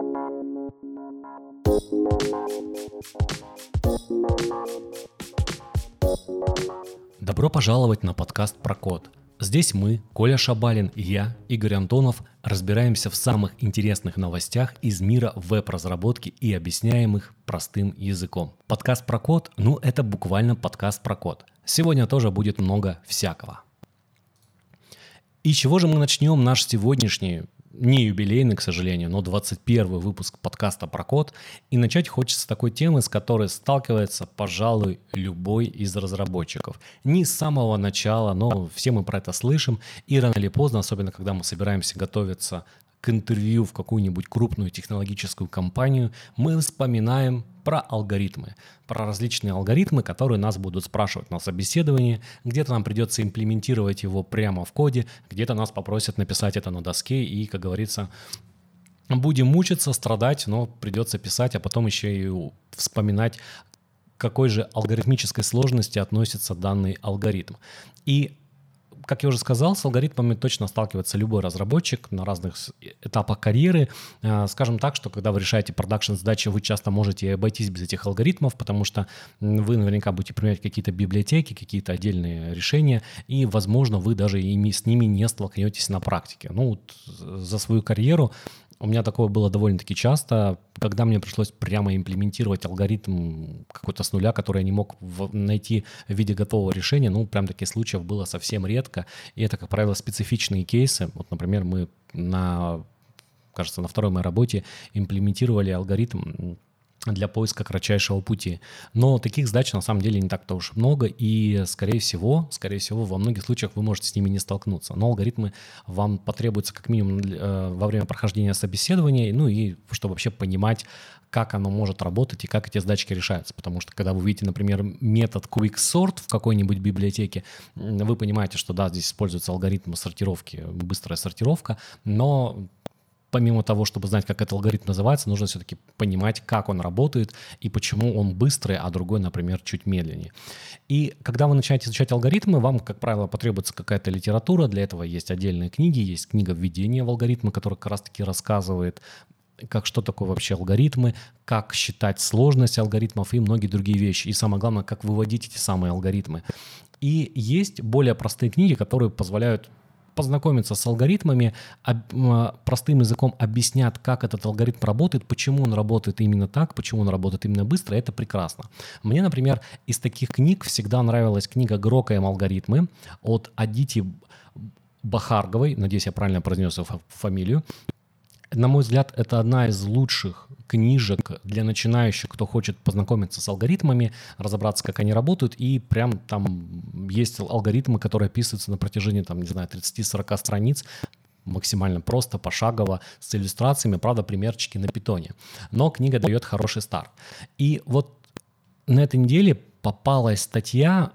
Добро пожаловать на подкаст про код. Здесь мы, Коля Шабалин и я, Игорь Антонов, разбираемся в самых интересных новостях из мира веб-разработки и объясняем их простым языком. Подкаст про код, это буквально подкаст про код. Сегодня тоже будет много всякого. И чего же мы начнем наш сегодняшний, не юбилейный, к сожалению, но 21 выпуск подкаста про код. И начать хочется с такой темы, с которой сталкивается, пожалуй, любой из разработчиков. Не с самого начала, но все мы про это слышим. И рано или поздно, особенно когда мы собираемся готовиться к интервью в какую-нибудь крупную технологическую компанию, мы вспоминаем про алгоритмы, про различные алгоритмы, которые нас будут спрашивать на собеседовании, где-то нам придется имплементировать его прямо в коде, где-то нас попросят написать это на доске и, как говорится, будем мучиться, страдать, но придется писать, а потом еще и вспоминать, к какой же алгоритмической сложности относится данный алгоритм. И как я уже сказал, с алгоритмами точно сталкивается любой разработчик на разных этапах карьеры. Скажем так, что когда вы решаете продакшн-задачи, вы часто можете обойтись без этих алгоритмов, потому что вы наверняка будете применять какие-то библиотеки, какие-то отдельные решения, и, возможно, вы даже с ними не столкнетесь на практике. За свою карьеру у меня такое было довольно-таки часто, когда мне пришлось прямо имплементировать алгоритм какой-то с нуля, который я не мог найти в виде готового решения. Прям таких случаев было совсем редко. И это, как правило, специфичные кейсы. Например, мы на второй моей работе имплементировали алгоритм для поиска кратчайшего пути. Но таких задач на самом деле не так-то уж много, и, скорее всего, во многих случаях вы можете с ними не столкнуться. Но алгоритмы вам потребуются как минимум во время прохождения собеседования, и чтобы вообще понимать, как оно может работать и как эти задачки решаются. Потому что когда вы видите, например, метод quicksort в какой-нибудь библиотеке, вы понимаете, что да, здесь используется алгоритм сортировки, быстрая сортировка, но помимо того, чтобы знать, как этот алгоритм называется, нужно все-таки понимать, как он работает и почему он быстрый, а другой, например, чуть медленнее. И когда вы начинаете изучать алгоритмы, вам, как правило, потребуется какая-то литература. Для этого есть отдельные книги, есть книга введения в алгоритмы, которая как раз-таки рассказывает, что такое вообще алгоритмы, как считать сложность алгоритмов и многие другие вещи. И самое главное, как выводить эти самые алгоритмы. И есть более простые книги, которые позволяют познакомиться с алгоритмами, простым языком объяснят, как этот алгоритм работает, почему он работает именно так, почему он работает именно быстро, это прекрасно. Мне, например, из таких книг всегда нравилась книга «Грокаем алгоритмы» от Адити Бахарговой, надеюсь, я правильно произнес ее фамилию. На мой взгляд, это одна из лучших книжек для начинающих, кто хочет познакомиться с алгоритмами, разобраться, как они работают, и прям там есть алгоритмы, которые описываются на протяжении, 30-40 страниц, максимально просто, пошагово, с иллюстрациями, правда, примерчики на питоне. Но книга дает хороший старт. И вот на этой неделе попалась статья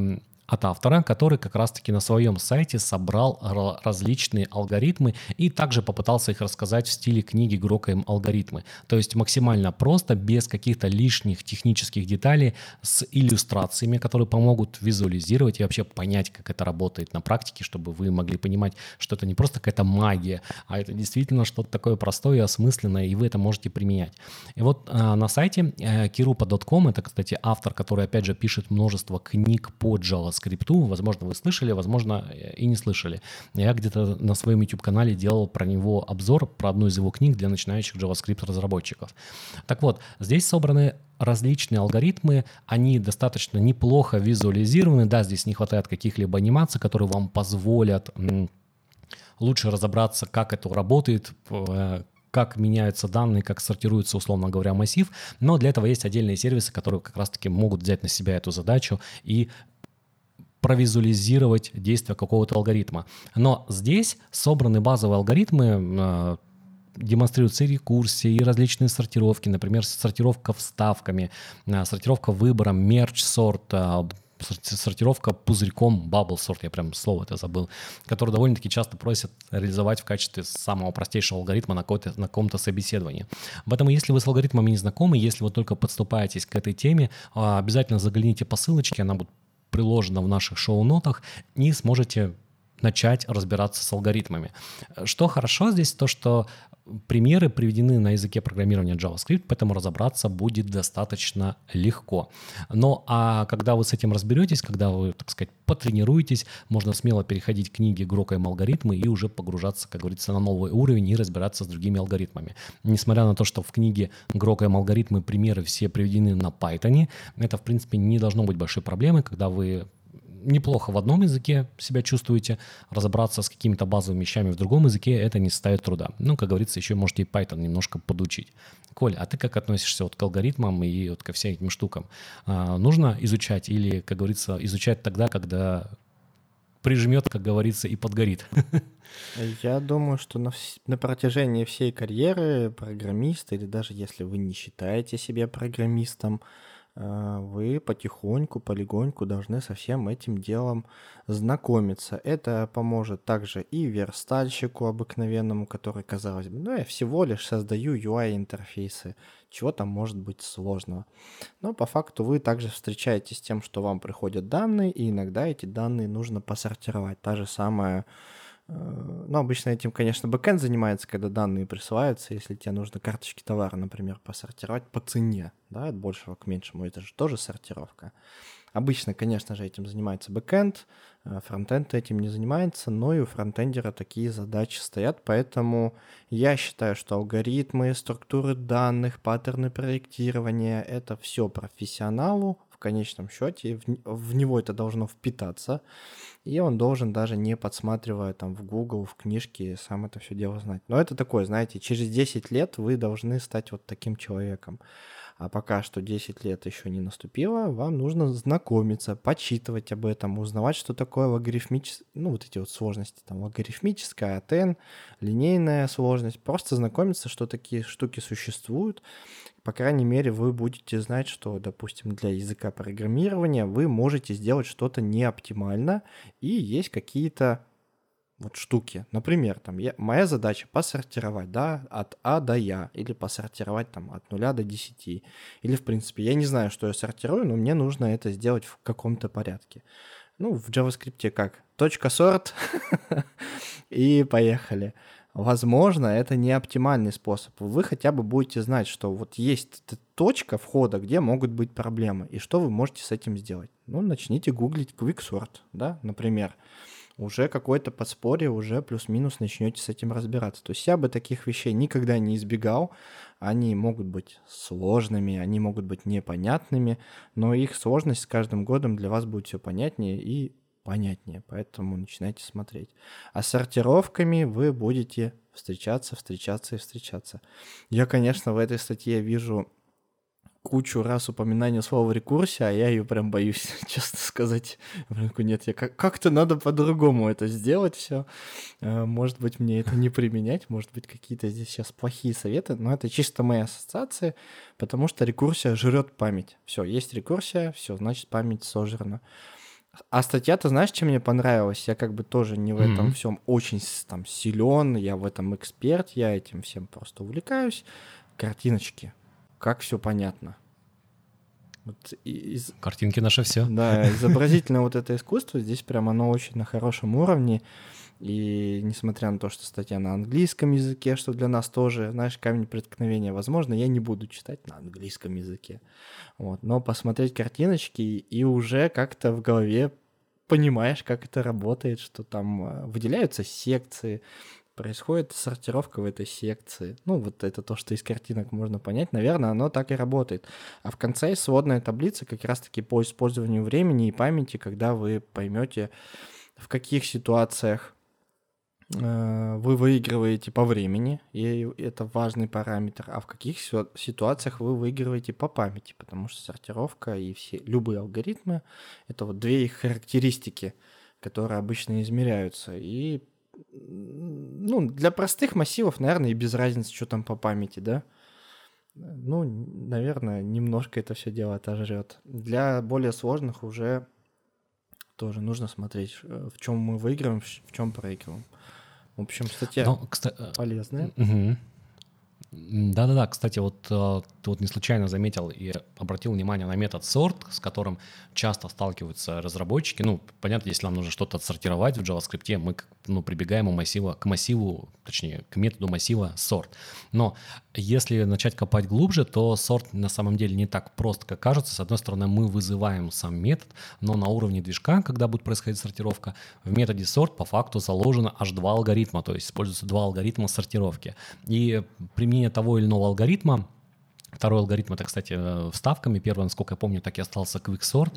от автора, который как раз-таки на своем сайте собрал различные алгоритмы и также попытался их рассказать в стиле книги «Грокаем алгоритмы». То есть максимально просто, без каких-то лишних технических деталей, с иллюстрациями, которые помогут визуализировать и вообще понять, как это работает на практике, чтобы вы могли понимать, что это не просто какая-то магия, а это действительно что-то такое простое и осмысленное, и вы это можете применять. И вот на сайте kirupa.com, это, кстати, автор, который, опять же, пишет множество книг по JavaScript. Возможно, вы слышали, возможно, и не слышали. Я где-то на своем YouTube-канале делал про него обзор, про одну из его книг для начинающих JavaScript-разработчиков. Так вот, здесь собраны различные алгоритмы, они достаточно неплохо визуализированы. Да, здесь не хватает каких-либо анимаций, которые вам позволят лучше разобраться, как это работает, как меняются данные, как сортируется, условно говоря, массив. Но для этого есть отдельные сервисы, которые как раз-таки могут взять на себя эту задачу и провизуализировать действие какого-то алгоритма. Но здесь собраны базовые алгоритмы, демонстрируются и рекурсии, и различные сортировки, например, сортировка вставками, сортировка выбором, мерч-сорт, сортировка пузырьком, bubble sort, я прям слово это забыл, который довольно-таки часто просят реализовать в качестве самого простейшего алгоритма на каком-то собеседовании. Поэтому, если вы с алгоритмами не знакомы, если вы только подступаетесь к этой теме, обязательно загляните по ссылочке, она будет приложена в наших шоу-нотах, и сможете начать разбираться с алгоритмами. Что хорошо здесь, то что примеры приведены на языке программирования JavaScript, поэтому разобраться будет достаточно легко. Но а когда вы с этим разберетесь, когда вы, так сказать, потренируетесь, можно смело переходить к книге «Грокаем алгоритмы» и уже погружаться, как говорится, на новый уровень и разбираться с другими алгоритмами. Несмотря на то, что в книге «Грокаем алгоритмы» примеры все приведены на Python, это, в принципе, не должно быть большой проблемой, когда вы неплохо в одном языке себя чувствуете, разобраться с какими-то базовыми вещами в другом языке, это не составит труда. Ну, как говорится, еще можете и Python немножко подучить. Коль, а ты как относишься вот к алгоритмам и вот ко всем этим штукам? Нужно изучать или, как говорится, изучать тогда, когда прижмет, как говорится, и подгорит? Я думаю, что на протяжении всей карьеры программиста, или даже если вы не считаете себя программистом, вы потихоньку, полегоньку должны со всем этим делом знакомиться. Это поможет также и верстальщику обыкновенному, который, казалось бы, ну, я всего лишь создаю UI-интерфейсы, чего там может быть сложного. Но по факту вы также встречаетесь с тем, что вам приходят данные, и иногда эти данные нужно посортировать. Та же самая ну, обычно этим, конечно, бэкэнд занимается, когда данные присылаются, если тебе нужно карточки товара, например, посортировать по цене, да, от большего к меньшему, это же тоже сортировка. Обычно, конечно же, этим занимается бэкэнд, фронтенд этим не занимается, но и у фронтендера такие задачи стоят, поэтому я считаю, что алгоритмы, структуры данных, паттерны проектирования — это все профессионалу, в конечном счете, в него это должно впитаться, и он должен, даже не подсматривая там в Google, в книжке, сам это все дело знать. Но это такое, знаете, через 10 лет вы должны стать вот таким человеком. А пока что 10 лет еще не наступило, вам нужно знакомиться, почитывать об этом, узнавать, что такое логарифмическая, ну, вот эти вот сложности, там, логарифмическая, АТН, линейная сложность. Просто знакомиться, что такие штуки существуют. По крайней мере, вы будете знать, что, допустим, для языка программирования вы можете сделать что-то не оптимально, и есть какие-то вот штуки. Например, там моя задача посортировать, да, от А до Я, или посортировать там от 0 до 10. Или, в принципе, я не знаю, что я сортирую, но мне нужно это сделать в каком-то порядке. Ну, в JavaScript как? .sort и поехали. Возможно, это не оптимальный способ. Вы хотя бы будете знать, что вот есть точка входа, где могут быть проблемы, и что вы можете с этим сделать. Ну, начните гуглить Quicksort, да, например. Уже какое-то подспорье, уже плюс-минус начнете с этим разбираться. То есть я бы таких вещей никогда не избегал. Они могут быть сложными, они могут быть непонятными, но их сложность с каждым годом для вас будет все понятнее и понятнее, поэтому начинайте смотреть. А с сортировками вы будете встречаться. Я, конечно, в этой статье вижу кучу раз упоминания слова рекурсия, а я ее прям боюсь, честно сказать. Нет, как-то надо по-другому это сделать все. Может быть, мне это не применять, может быть, какие-то здесь сейчас плохие советы, но это чисто мои ассоциации, потому что рекурсия жрет память. Все, есть рекурсия, все, значит, память сожрана. А статья-то, знаешь, чем мне понравилась? Я как бы тоже не в этом всем очень там силен, я в этом эксперт, я этим всем просто увлекаюсь. Картиночки. Как все понятно. Вот Картинки наше все. Да, изобразительное вот это искусство, здесь прям оно очень на хорошем уровне. И несмотря на то, что статья на английском языке, что для нас тоже, знаешь, камень преткновения, возможно, я не буду читать на английском языке. Вот. Но посмотреть картиночки и уже как-то в голове понимаешь, как это работает, что там выделяются секции, происходит сортировка в этой секции. Ну, вот это то, что из картинок можно понять. Наверное, оно так и работает. А в конце есть сводная таблица как раз-таки по использованию времени и памяти, когда вы поймете, в каких ситуациях вы выигрываете по времени, и это важный параметр, а в каких ситуациях вы выигрываете по памяти, потому что сортировка и любые алгоритмы — это вот две их характеристики, которые обычно измеряются. И ну, для простых массивов, наверное, и без разницы, что там по памяти, да? Ну, наверное, немножко это все дело отожрет. Для более сложных уже тоже нужно смотреть, в чем мы выигрываем, в чем проигрываем. В общем, статья полезная. Да-да-да, кстати, вот ты вот не случайно заметил и обратил внимание на метод sort, с которым часто сталкиваются разработчики. Ну, понятно, если нам нужно что-то отсортировать в JavaScript, мы прибегаем к массиву, точнее, к методу массива sort. Но если начать копать глубже, то sort на самом деле не так просто, как кажется. С одной стороны, мы вызываем сам метод, но на уровне движка, когда будет происходить сортировка, в методе sort по факту заложено аж два алгоритма, то есть используются два алгоритма сортировки. И применение того или иного алгоритма, второй алгоритм — это, кстати, вставками. Первый, насколько я помню, так и остался quicksort.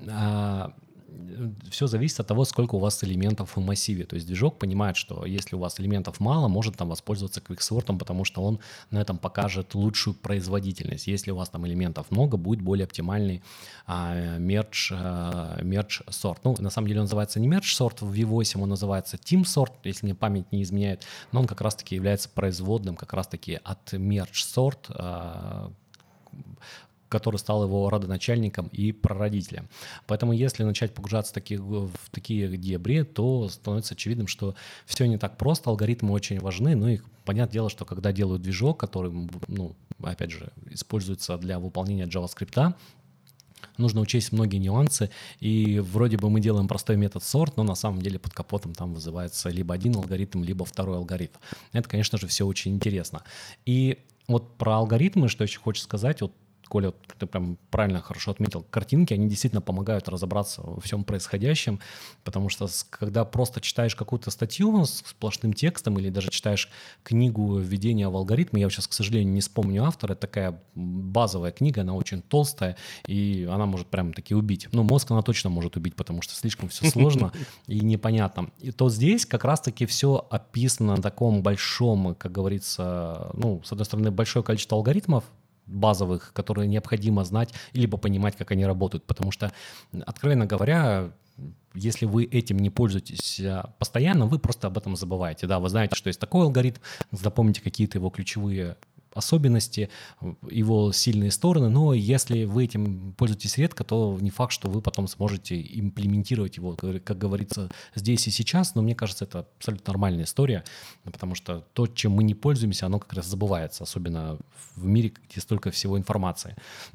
Все зависит от того, сколько у вас элементов в массиве. То есть движок понимает, что если у вас элементов мало, может там воспользоваться квиксортом, потому что он на этом покажет лучшую производительность. Если у вас там элементов много, будет более оптимальный merge sort. Ну, на самом деле он называется не merge sort в V8, он называется team sort, если мне память не изменяет, но он как раз-таки является производным как раз-таки от merge sort, который стал его родоначальником и прародителем. Поэтому если начать погружаться в такие дебри, то становится очевидным, что все не так просто, алгоритмы очень важны, ну и понятное дело, что когда делают движок, который, опять же, используется для выполнения JavaScript, нужно учесть многие нюансы, и вроде бы мы делаем простой метод sort, но на самом деле под капотом там вызывается либо один алгоритм, либо второй алгоритм. Это, конечно же, все очень интересно. И вот про алгоритмы, что еще хочется сказать, вот Коля, ты прям правильно, хорошо отметил, картинки, они действительно помогают разобраться во всем происходящем, потому что когда просто читаешь какую-то статью с сплошным текстом или даже читаешь книгу введения в алгоритмы, я сейчас, к сожалению, не вспомню автора, это такая базовая книга, она очень толстая, и она может прям таки убить. Ну, мозг она точно может убить, потому что слишком все сложно и непонятно. И то здесь как раз-таки все описано на таком большом, как говорится, с одной стороны, большое количество алгоритмов, базовых, которые необходимо знать, либо понимать, как они работают. Потому что, откровенно говоря, если вы этим не пользуетесь постоянно, вы просто об этом забываете. Да, вы знаете, что есть такой алгоритм, запомните какие-то его ключевые особенности, его сильные стороны, но если вы этим пользуетесь редко, то не факт, что вы потом сможете имплементировать его, как говорится, здесь и сейчас, но мне кажется, это абсолютно нормальная история, потому что то, чем мы не пользуемся, оно как раз забывается, особенно в мире, где столько всего информации.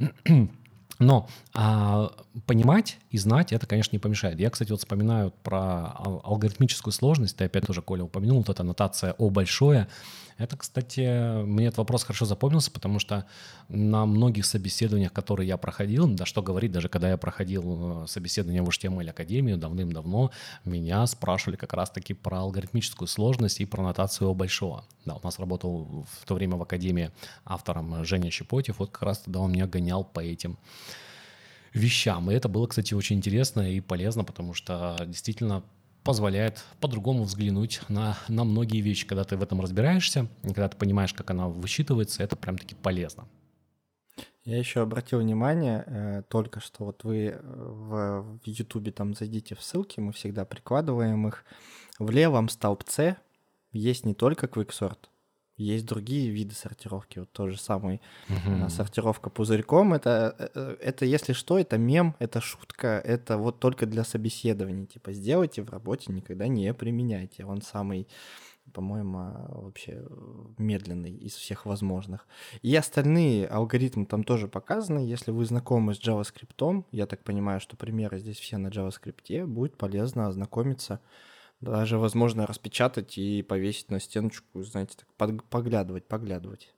Но понимать и знать это, конечно, не помешает. Я, кстати, вот вспоминаю про алгоритмическую сложность. Ты опять тоже, Коля, упомянул, вот эта нотация О большое. Это, кстати, мне этот вопрос хорошо запомнился, потому что на многих собеседованиях, которые я проходил, да что говорить, даже когда я проходил собеседование в HTML Академию давным-давно, меня спрашивали как раз-таки про алгоритмическую сложность и про нотацию О большого. Да, у нас работал в то время в Академии автором Женя Щепотев, вот как раз тогда он меня гонял по этим вещам. И это было, кстати, очень интересно и полезно, потому что действительно позволяет по-другому взглянуть на многие вещи. Когда ты в этом разбираешься, и когда ты понимаешь, как она высчитывается, это прям-таки полезно. Я еще обратил внимание, только что вот вы в YouTube там зайдите в ссылки, мы всегда прикладываем их. В левом столбце есть не только Quicksort, есть другие виды сортировки. Вот тот же самый сортировка пузырьком. Это, если что, это мем, это шутка, это вот только для собеседований. Типа сделайте в работе, никогда не применяйте. Он самый, по-моему, вообще медленный из всех возможных. И остальные алгоритмы там тоже показаны. Если вы знакомы с JavaScript, я так понимаю, что примеры здесь все на JavaScript, будет полезно ознакомиться. Даже, возможно, распечатать и повесить на стеночку, знаете, так поглядывать.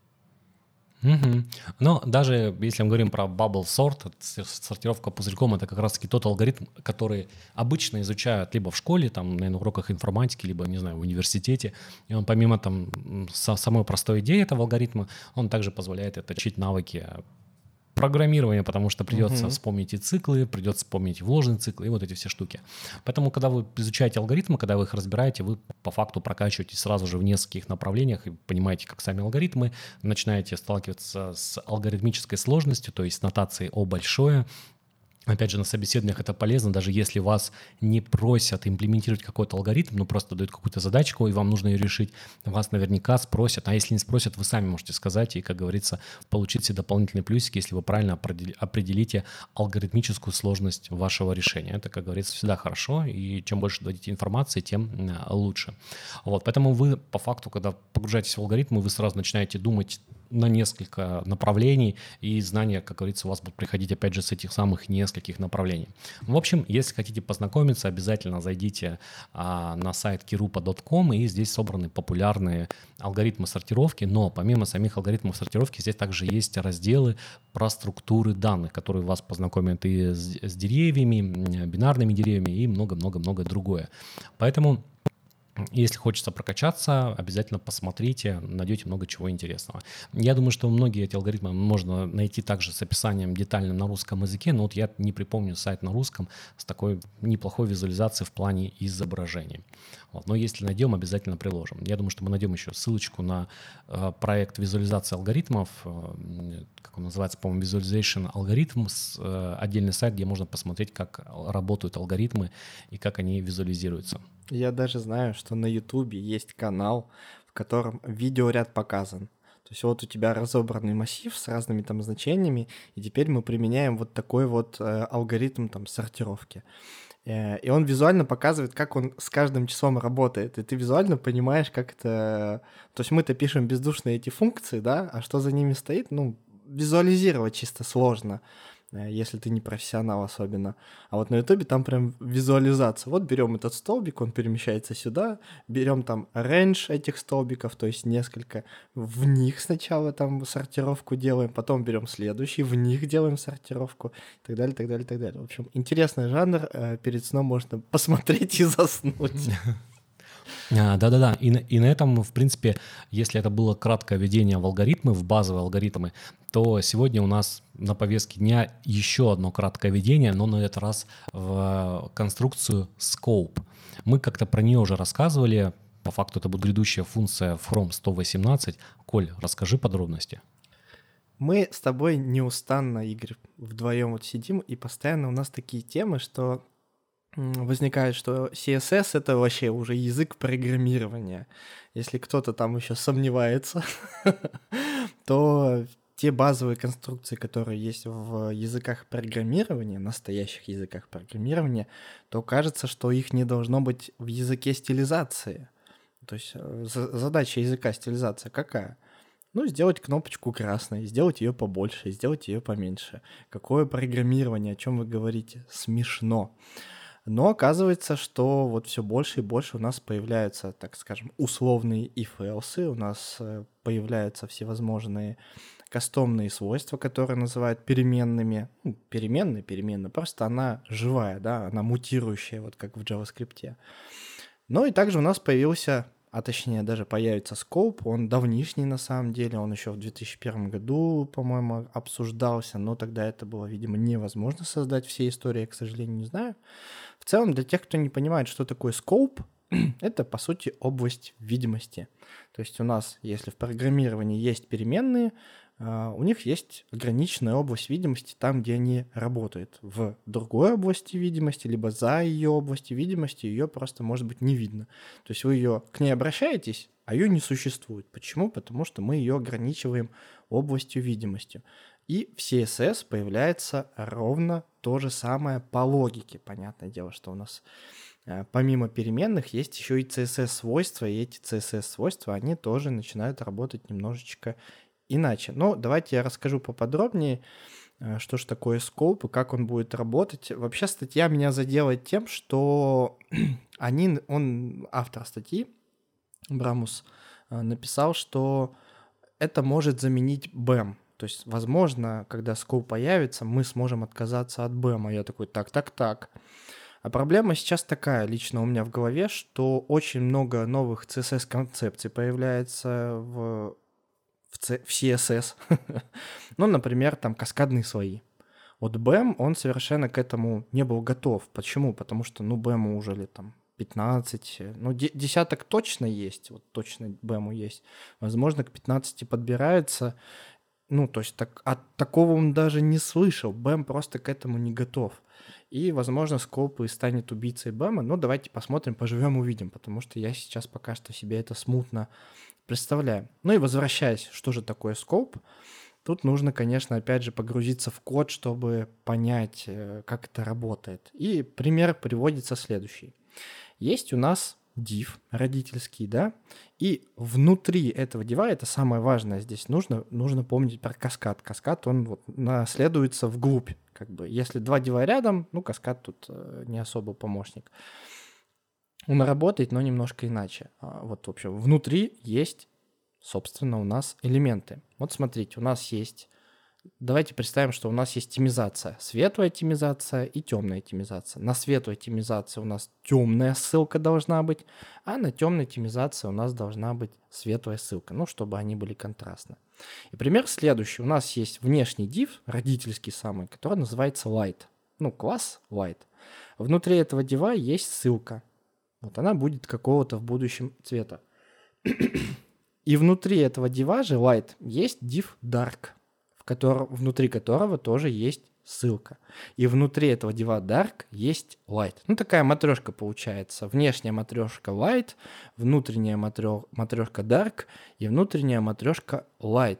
Угу. Но даже если мы говорим про bubble sort, сортировка пузырьком, это как раз-таки тот алгоритм, который обычно изучают либо в школе, там, на уроках информатики, либо, не знаю, в университете. И он помимо там самой простой идеи этого алгоритма, он также позволяет отточить навыки программирования, потому что придется вспомнить и циклы, придется вспомнить вложенные циклы и вот эти все штуки. Поэтому, когда вы изучаете алгоритмы, когда вы их разбираете, вы по факту прокачиваетесь сразу же в нескольких направлениях и понимаете, как сами алгоритмы, начинаете сталкиваться с алгоритмической сложностью, то есть с нотацией О большое, Опять же, на собеседованиях это полезно, даже если вас не просят имплементировать какой-то алгоритм, ну просто дают какую-то задачку, и вам нужно ее решить, вас наверняка спросят, а если не спросят, вы сами можете сказать и, как говорится, получить все дополнительные плюсики, если вы правильно определите алгоритмическую сложность вашего решения. Это, как говорится, всегда хорошо, и чем больше дадите информации, тем лучше. Вот, поэтому вы по факту, когда погружаетесь в алгоритмы, вы сразу начинаете думать на несколько направлений, и знания, как говорится, у вас будут приходить, опять же, с этих самых нескольких направлений. В общем, если хотите познакомиться, обязательно зайдите на сайт kirupa.com, и здесь собраны популярные алгоритмы сортировки, но помимо самих алгоритмов сортировки, здесь также есть разделы про структуры данных, которые вас познакомят и с деревьями, бинарными деревьями и много-много-много другое. Поэтому если хочется прокачаться, обязательно посмотрите, найдете много чего интересного. Я думаю, что многие эти алгоритмы можно найти также с описанием детальным на русском языке, но вот я не припомню сайт на русском с такой неплохой визуализацией в плане изображений. Вот. Но если найдем, обязательно приложим. Я думаю, что мы найдем еще ссылочку на проект визуализации алгоритмов, как он называется, по-моему, Visualization Algorithms, отдельный сайт, где можно посмотреть, как работают алгоритмы и как они визуализируются. Я даже знаю, что на Ютубе есть канал, в котором видеоряд показан. То есть вот у тебя разобранный массив с разными там значениями, и теперь мы применяем вот такой вот алгоритм там сортировки. И он визуально показывает, как он с каждым числом работает. И ты визуально понимаешь, как это... То есть мы-то пишем бездушные эти функции, да, а что за ними стоит, ну, визуализировать чисто сложно, если ты не профессионал особенно. А вот на Ютубе там прям визуализация. Вот берем этот столбик, он перемещается сюда, берем там range этих столбиков, то есть несколько, в них сначала там сортировку делаем, потом берем следующий, в них делаем сортировку, и так далее, так далее, так далее. В общем, интересный жанр, перед сном можно посмотреть и заснуть. Да-да-да, и на этом, в принципе, если это было краткое введение в алгоритмы, в базовые алгоритмы, то сегодня у нас на повестке дня еще одно краткое введение, но на этот раз в конструкцию Scope. Мы как-то про нее уже рассказывали, по факту это будет грядущая функция в Chrome 118. Коль, расскажи подробности. Мы с тобой неустанно, Игорь, вдвоем вот сидим, и постоянно у нас такие темы, что возникает, что CSS — это вообще уже язык программирования. Если кто-то там еще сомневается, то те базовые конструкции, которые есть в языках программирования, настоящих языках программирования, то кажется, что их не должно быть в языке стилизации. То есть задача языка стилизация какая? Ну, сделать кнопочку красной, сделать ее побольше, сделать ее поменьше. Какое программирование, о чем вы говорите? Смешно. Но оказывается, что вот все больше и больше у нас появляются, так скажем, условные if-else, у нас появляются всевозможные кастомные свойства, которые называют переменными. Ну, переменная, просто она живая, да, она мутирующая, вот как в JavaScript. Ну и также у нас появился, а точнее даже появится Scope, он давнишний на самом деле, он еще в 2001 году, по-моему, обсуждался, но тогда это было, видимо, невозможно создать все истории, я, к сожалению, не знаю. В целом, для тех, кто не понимает, что такое Scope, это, по сути, область видимости. То есть у нас, если в программировании есть переменные, у них есть ограниченная область видимости там, где они работают. В другой области видимости, либо за ее областью видимости ее просто, может быть, не видно. То есть вы к ней обращаетесь, а ее не существует. Почему? Потому что мы ее ограничиваем областью видимости. И в CSS появляется ровно то же самое по логике. Понятное дело, что у нас помимо переменных есть еще и CSS-свойства, и эти CSS-свойства, они тоже начинают работать немножечко иначе. Но давайте я расскажу поподробнее, что же такое Scope и как он будет работать. Вообще статья меня задела тем, что автор статьи, Брамус, написал, что это может заменить BEM. То есть, возможно, когда Scope появится, мы сможем отказаться от BEM. А я такой, так. А проблема сейчас такая, лично у меня в голове, что очень много новых CSS-концепций появляется в CSS. Ну, например, там каскадные слои. Вот BEM, он совершенно к этому не был готов. Почему? Потому что, BEM уже ли там 15, десяток точно есть, вот точно BEM есть. Возможно, к 15 подбирается. Ну, то есть от такого он даже не слышал. BEM просто к этому не готов. И, возможно, Scope и станет убийцей BEM. Но давайте посмотрим, поживем, увидим. Потому что я сейчас пока что себе это смутно представляю. Ну и возвращаясь, что же такое Scope? Тут нужно, конечно, опять же погрузиться в код, чтобы понять, как это работает. И пример приводится следующий. Есть у нас div родительский, да, и внутри этого дива, это самое важное здесь, нужно помнить про каскад. Каскад, он вот наследуется вглубь, как бы. Если два дива рядом, ну, каскад тут не особо помощник. Он работает, но немножко иначе. Вот, в общем, внутри есть, собственно, у нас элементы. Вот смотрите, у нас есть... Давайте представим, что у нас есть темизация. Светлая темизация и темная темизация. На светлой темизации у нас темная ссылка должна быть, а на темной темизации у нас должна быть светлая ссылка, ну, чтобы они были контрастны. И пример следующий. У нас есть внешний div, родительский самый, который называется light. Ну, класс light. Внутри этого дива есть ссылка. Вот она будет какого-то в будущем цвета. И внутри этого дива же light есть div dark, внутри которого тоже есть ссылка. И внутри этого дива dark есть light. Ну, такая матрешка получается. Внешняя матрешка light, внутренняя матрешка dark и внутренняя матрешка light.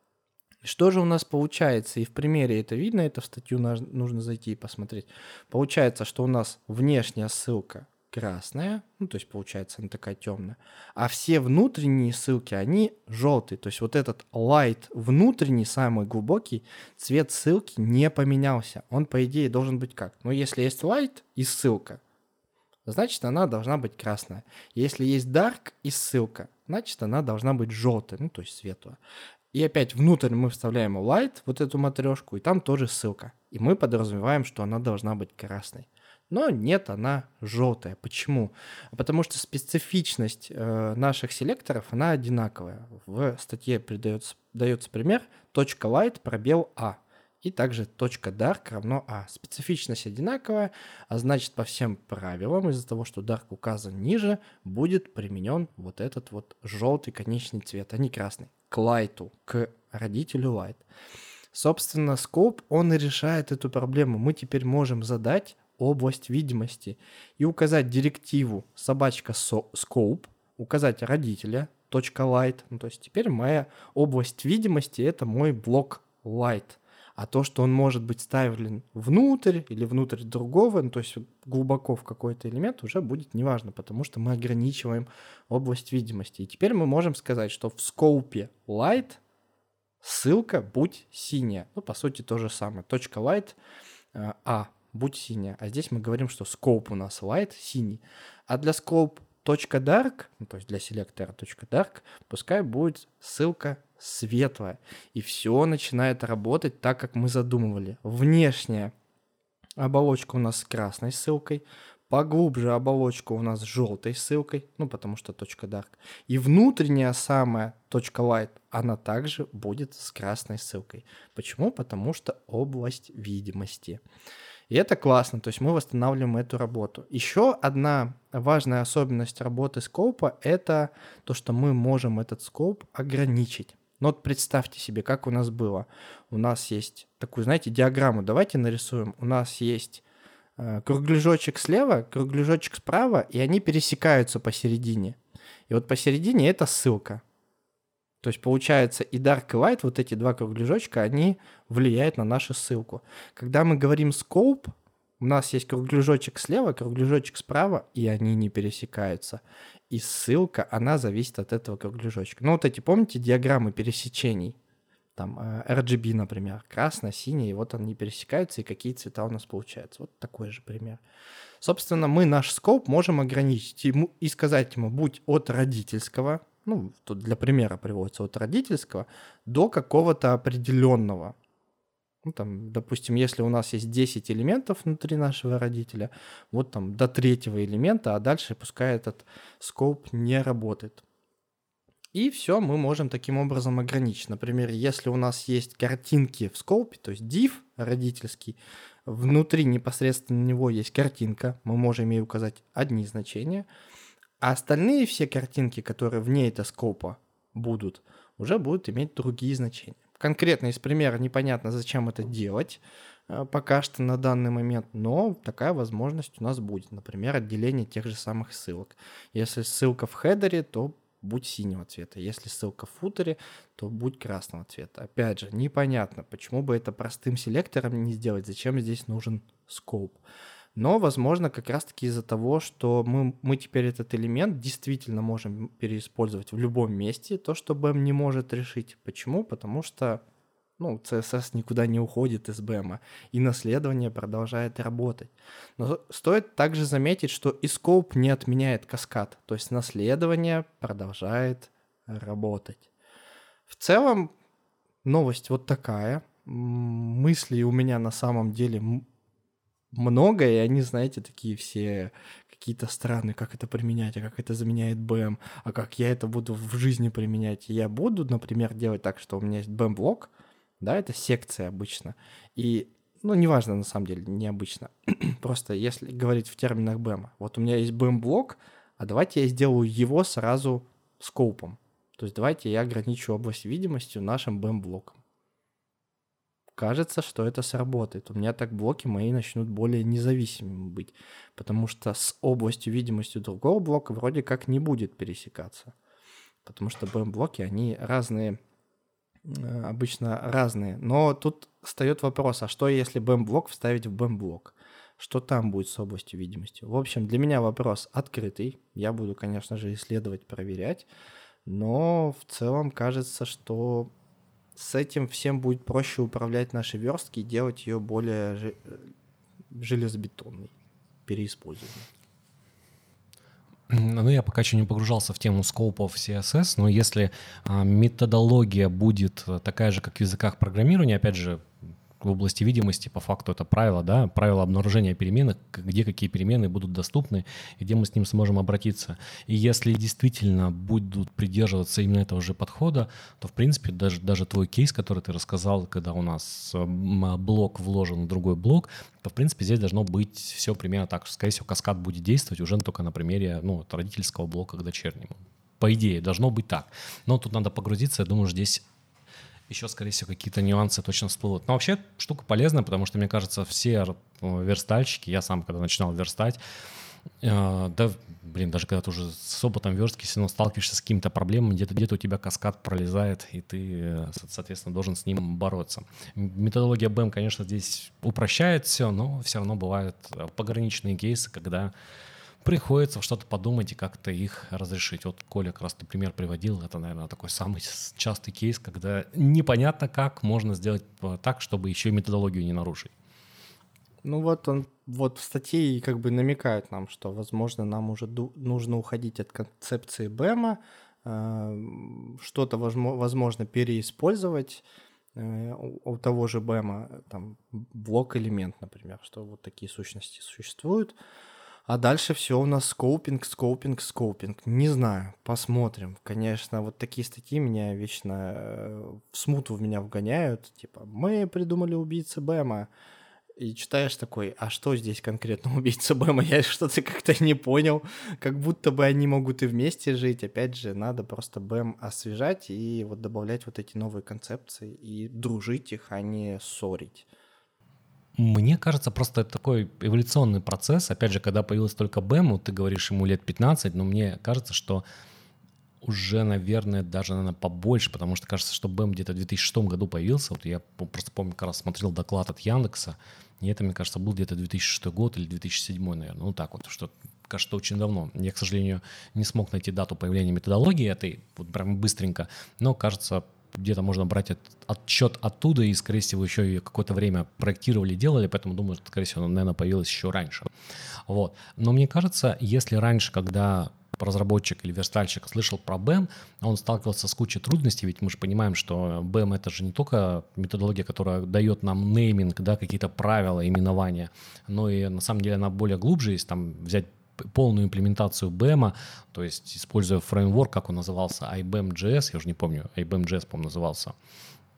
И что же у нас получается? И в примере это видно, это в статью нужно зайти и посмотреть. Получается, что у нас внешняя ссылка красная, ну, то есть, получается, она такая темная, а все внутренние ссылки, они желтые, то есть вот этот light внутренний, самый глубокий, цвет ссылки не поменялся, он, по идее, должен быть как? Ну, если есть light и ссылка, значит, она должна быть красная. Если есть dark и ссылка, значит, она должна быть желтая, ну, то есть светлая. И опять внутрь мы вставляем light, вот эту матрешку, и там тоже ссылка. И мы подразумеваем, что она должна быть красной. Но нет, она желтая. Почему? Потому что специфичность наших селекторов, она одинаковая. В статье дается пример .light пробел A. И также .dark равно A. Специфичность одинаковая, а значит по всем правилам, из-за того, что dark указан ниже, будет применен вот этот вот желтый конечный цвет, а не красный. К light, к родителю light. Собственно, Scope, он и решает эту проблему. Мы теперь можем задать область видимости и указать директиву собачка scope, указать родителя .light. Ну, то есть теперь моя область видимости — это мой блок light. А то, что он может быть ставлен внутрь или внутрь другого, ну, то есть глубоко в какой-то элемент, уже будет неважно, потому что мы ограничиваем область видимости. И теперь мы можем сказать, что в скоупе light ссылка будь синяя. Ну, по сути, то же самое. .light будь синяя. А здесь мы говорим, что scope у нас light синий. А для scope .dark, ну, то есть для селектора .dark, пускай будет ссылка светлая. И все начинает работать так, как мы задумывали. Внешняя оболочка у нас с красной ссылкой, поглубже оболочка у нас с желтой ссылкой, ну, потому что .dark. И внутренняя самая .light, она также будет с красной ссылкой. Почему? Потому что область видимости. И это классно, то есть мы восстанавливаем эту работу. Еще одна важная особенность работы скоупа — это то, что мы можем этот скоуп ограничить. Ну вот представьте себе, как у нас было. У нас есть такую, знаете, диаграмму. Давайте нарисуем. У нас есть кругляшочек слева, кругляшочек справа, и они пересекаются посередине. И вот посередине это ссылка. То есть получается и dark, и light, вот эти два кругляшочка, они влияют на нашу ссылку. Когда мы говорим scope, у нас есть кругляшочек слева, кругляшочек справа, и они не пересекаются. И ссылка, она зависит от этого кругляшочка. Ну вот эти, помните, диаграммы пересечений? Там RGB, например, красно, синий, и вот они пересекаются, и какие цвета у нас получаются. Вот такой же пример. Собственно, мы наш scope можем ограничить и сказать ему, будь от родительского, ну, тут для примера приводится от родительского, до какого-то определенного. Ну, там, допустим, если у нас есть 10 элементов внутри нашего родителя, вот там до третьего элемента, а дальше пускай этот scope не работает. И все, мы можем таким образом ограничить. Например, если у нас есть картинки в скоупе, то есть div родительский, внутри непосредственно него есть картинка, мы можем ей указать одни значения, а остальные все картинки, которые вне этого скопа будут, уже будут иметь другие значения. конкретно из примера непонятно, зачем это делать пока что на данный момент, но такая возможность у нас будет. Например, отделение тех же самых ссылок. Если ссылка в хедере, то будь синего цвета. Если ссылка в футере, то будь красного цвета. Опять же, непонятно, почему бы это простым селектором не сделать, зачем здесь нужен scope. Но, возможно, как раз-таки из-за того, что мы теперь этот элемент действительно можем переиспользовать в любом месте, то, что BEM не может решить. Почему? Потому что CSS никуда не уходит из BEM, и наследование продолжает работать. Но стоит также заметить, что и scope не отменяет каскад, то есть наследование продолжает работать. В целом, новость вот такая. Мыслей у меня на самом деле много, и они, знаете, такие все какие-то странные, как это применять, а как это заменяет BEM, а как я это буду в жизни применять. Я буду, например, делать так, что у меня есть BEM-блок, да, это секция обычно. И, неважно, на самом деле, необычно. Просто если говорить в терминах BEM. Вот у меня есть BEM-блок, а давайте я сделаю его сразу скопом. То есть давайте я ограничу область видимости нашим BEM-блоком. Кажется, что это сработает. У меня так блоки мои начнут более независимыми быть. Потому что с областью видимости другого блока вроде как не будет пересекаться. Потому что BEM-блоки, они разные, обычно разные. Но тут встает вопрос, а что если BEM-блок вставить в BEM-блок? Что там будет с областью видимости? В общем, для меня вопрос открытый. Я буду, конечно же, исследовать, проверять. Но в целом кажется, что с этим всем будет проще управлять наши верстки и делать ее более железобетонной, переиспользуемой. Я пока еще не погружался в тему скопов CSS, но если методология будет такая же, как в языках программирования, опять же, в области видимости, по факту это правило, да, правило обнаружения переменных, где какие перемены будут доступны, и где мы с ним сможем обратиться. И если действительно будут придерживаться именно этого же подхода, то, в принципе, даже твой кейс, который ты рассказал, когда у нас блок вложен в другой блок, то, в принципе, здесь должно быть все примерно так, что, скорее всего, каскад будет действовать уже только на примере родительского блока к дочернему. По идее, должно быть так. Но тут надо погрузиться, я думаю, здесь еще, скорее всего, какие-то нюансы точно всплывут. Но вообще штука полезная, потому что, мне кажется, все верстальщики, я сам, когда начинал верстать, даже когда ты уже с опытом верстки все равно сталкиваешься с какими-то проблемами, где-то у тебя каскад пролезает, и ты, соответственно, должен с ним бороться. Методология BEM, конечно, здесь упрощает все, но все равно бывают пограничные кейсы, когда приходится что-то подумать и как-то их разрешить. Вот Коля как раз ты пример приводил, это, наверное, такой самый частый кейс, когда непонятно, как можно сделать так, чтобы еще и методологию не нарушить. Вот в статье как бы намекают нам, что, возможно, нам уже нужно уходить от концепции BEM, что-то, возможно, переиспользовать у того же BEM, там, блок-элемент, например, что вот такие сущности существуют. А дальше все у нас скоупинг. Не знаю, посмотрим. Конечно, вот такие статьи меня вечно в смуту меня вгоняют. Типа, мы придумали убийцы BEM. И читаешь такой, а что здесь конкретно убийца BEM? Я что-то как-то не понял. Как будто бы они могут и вместе жить. Опять же, надо просто BEM освежать и вот добавлять вот эти новые концепции и дружить их, а не ссорить. Мне кажется, просто это такой эволюционный процесс. Опять же, когда появился только BEM, ты говоришь, ему лет 15, но мне кажется, что уже, наверное, побольше, потому что кажется, что BEM где-то в 2006 году появился. Вот я просто помню, как раз смотрел доклад от Яндекса, и это, мне кажется, был где-то 2006 год или 2007, наверное. Так вот, что кажется, очень давно. Я, к сожалению, не смог найти дату появления методологии этой, вот прям быстренько, но, кажется, где-то можно брать отчет оттуда, и, скорее всего, еще и какое-то время проектировали, делали, поэтому думаю, что, скорее всего, наверное, появилось еще раньше. Вот. Но мне кажется, если раньше, когда разработчик или верстальщик слышал про BEM, он сталкивался с кучей трудностей, ведь мы же понимаем, что BEM — это же не только методология, которая дает нам нейминг, да, какие-то правила именования, но и на самом деле она более глубже, если там взять полную имплементацию BEM, то есть используя фреймворк, как он назывался, iBEM.js, я уже не помню, iBEM.js, по-моему, назывался.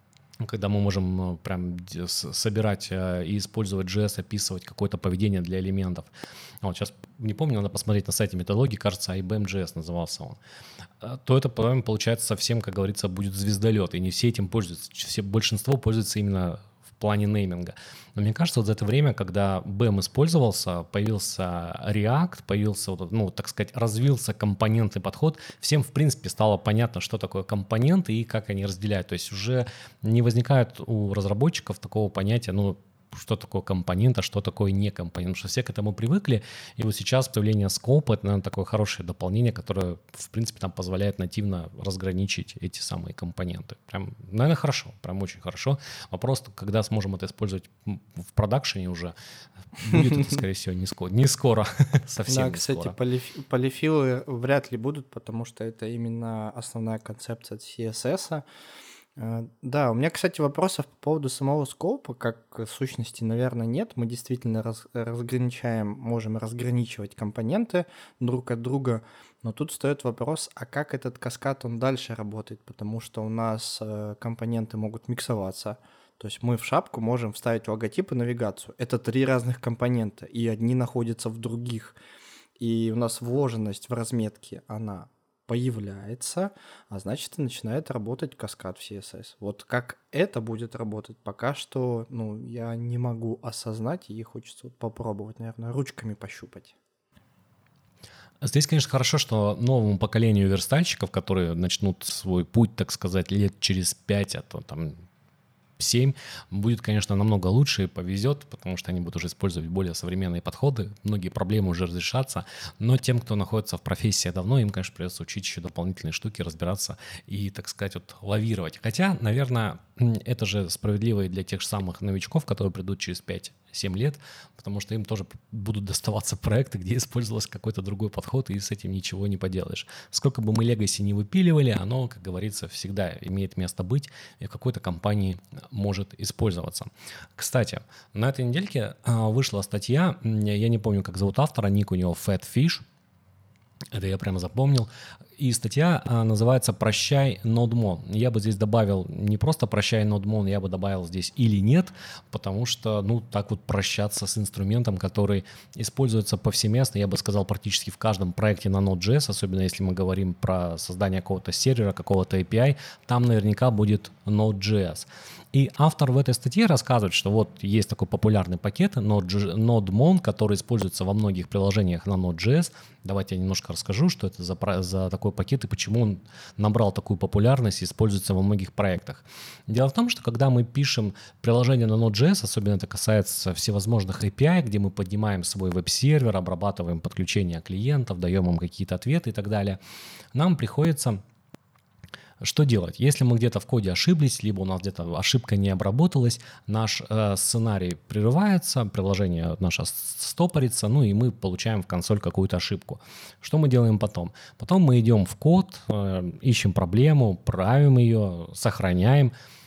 когда мы можем прям собирать и использовать JS, описывать какое-то поведение для элементов. Вот сейчас не помню, надо посмотреть на сайте методологии, кажется, IBM.js назывался он. То это, по-моему, получается совсем, как говорится, будет звездолет, и не все этим пользуются. Большинство пользуются именно в плане нейминга. Но мне кажется, вот за это время, когда BEM использовался, появился React, появился, так сказать, развился компонентный подход, всем, в принципе, стало понятно, что такое компоненты и как они разделяют. То есть уже не возникает у разработчиков такого понятия, что такое компонент, а что такое не компонент. Потому что все к этому привыкли, и вот сейчас появление скопа — это, наверное, такое хорошее дополнение, которое, в принципе, там позволяет нативно разграничить эти самые компоненты. Прям, наверное, хорошо, прям очень хорошо. Вопрос, когда сможем это использовать в продакшене уже, будет это, скорее всего, не скоро, совсем не скоро. Да, кстати, полифилы вряд ли будут, потому что это именно основная концепция CSS. Да, у меня, кстати, вопросов по поводу самого скопа, как сущности, наверное, нет. Мы действительно можем разграничивать компоненты друг от друга, но тут встает вопрос, а как этот каскад, он дальше работает, потому что у нас компоненты могут миксоваться. То есть мы в шапку можем вставить логотип и навигацию. Это 3 разных компонента, и одни находятся в других. И у нас вложенность в разметки, она появляется, а значит, и начинает работать каскад в CSS. Вот как это будет работать, пока что, я не могу осознать, и хочется попробовать, наверное, ручками пощупать. Здесь, конечно, хорошо, что новому поколению верстальщиков, которые начнут свой путь, так сказать, лет через 5, а то там 7, будет, конечно, намного лучше и повезет, потому что они будут уже использовать более современные подходы, многие проблемы уже разрешатся, но тем, кто находится в профессии давно, им, конечно, придется учить еще дополнительные штуки, разбираться и, так сказать, лавировать. Хотя, наверное, это же справедливо и для тех же самых новичков, которые придут через 5-7 лет, потому что им тоже будут доставаться проекты, где использовался какой-то другой подход, и с этим ничего не поделаешь. Сколько бы мы Legacy не выпиливали, оно, как говорится, всегда имеет место быть и в какой-то компании может использоваться. Кстати, на этой недельке вышла статья, я не помню, как зовут автора, ник у него Fatfish, это я прямо запомнил. И статья называется «Прощай, NodeMon». Я бы здесь добавил не просто «Прощай, NodeMon», я бы добавил здесь «или нет», потому что, так вот прощаться с инструментом, который используется повсеместно, я бы сказал, практически в каждом проекте на Node.js, особенно если мы говорим про создание какого-то сервера, какого-то API, там наверняка будет Node.js. И автор в этой статье рассказывает, что вот есть такой популярный пакет NodeMon, который используется во многих приложениях на Node.js. Давайте я немножко расскажу, что это за такой пакет и почему он набрал такую популярность и используется во многих проектах. Дело в том, что когда мы пишем приложение на Node.js, особенно это касается всевозможных API, где мы поднимаем свой веб-сервер, обрабатываем подключение клиентов, даем им какие-то ответы и так далее, нам приходится... Что делать? Если мы где-то в коде ошиблись, либо у нас где-то ошибка не обработалась, наш сценарий прерывается, приложение наше стопорится, и мы получаем в консоль какую-то ошибку. Что мы делаем потом? Потом мы идем в код, ищем проблему, правим ее, сохраняем,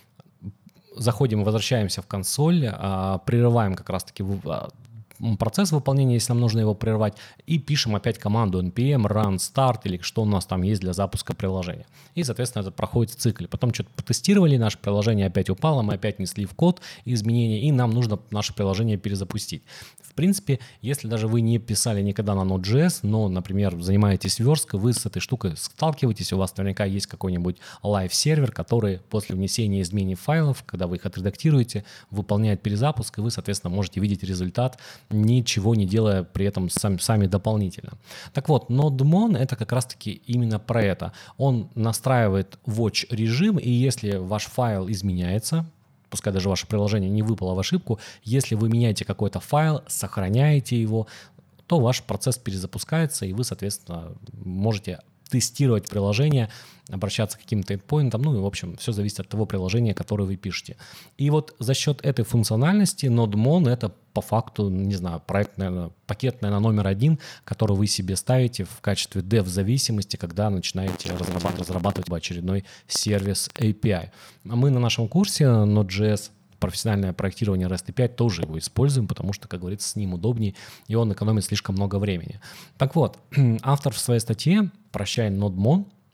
заходим, возвращаемся в консоль, прерываем как раз-таки процесс выполнения, если нам нужно его прервать, и пишем опять команду npm run start или что у нас там есть для запуска приложения. И, соответственно, это проходит цикл. Потом что-то потестировали, наше приложение опять упало, мы опять несли в код изменения, и нам нужно наше приложение перезапустить. В принципе, если даже вы не писали никогда на Node.js, но, например, занимаетесь версткой, вы с этой штукой сталкиваетесь, у вас наверняка есть какой-нибудь live-сервер, который после внесения изменений файлов, когда вы их отредактируете, выполняет перезапуск, и вы, соответственно, можете видеть результат, ничего не делая при этом сами дополнительно. Так вот, NodeMon — это как раз-таки именно про это. Он настраивает watch режим, и если ваш файл изменяется, пускай даже ваше приложение не выпало в ошибку, если вы меняете какой-то файл, сохраняете его, то ваш процесс перезапускается, и вы, соответственно, можете тестировать приложение, обращаться к каким-то эндпоинтам, и, в общем, все зависит от того приложения, которое вы пишете. И вот за счет этой функциональности NodeMon — это по факту, не знаю, проект, наверное, пакет, наверное, номер 1, который вы себе ставите в качестве dev-зависимости, когда начинаете разрабатывать очередной сервис API. А мы на нашем курсе Node.js профессиональное проектирование REST API тоже его используем, потому что, как говорится, с ним удобнее, и он экономит слишком много времени. Так вот, автор в своей статье «Прощай, NodeMon»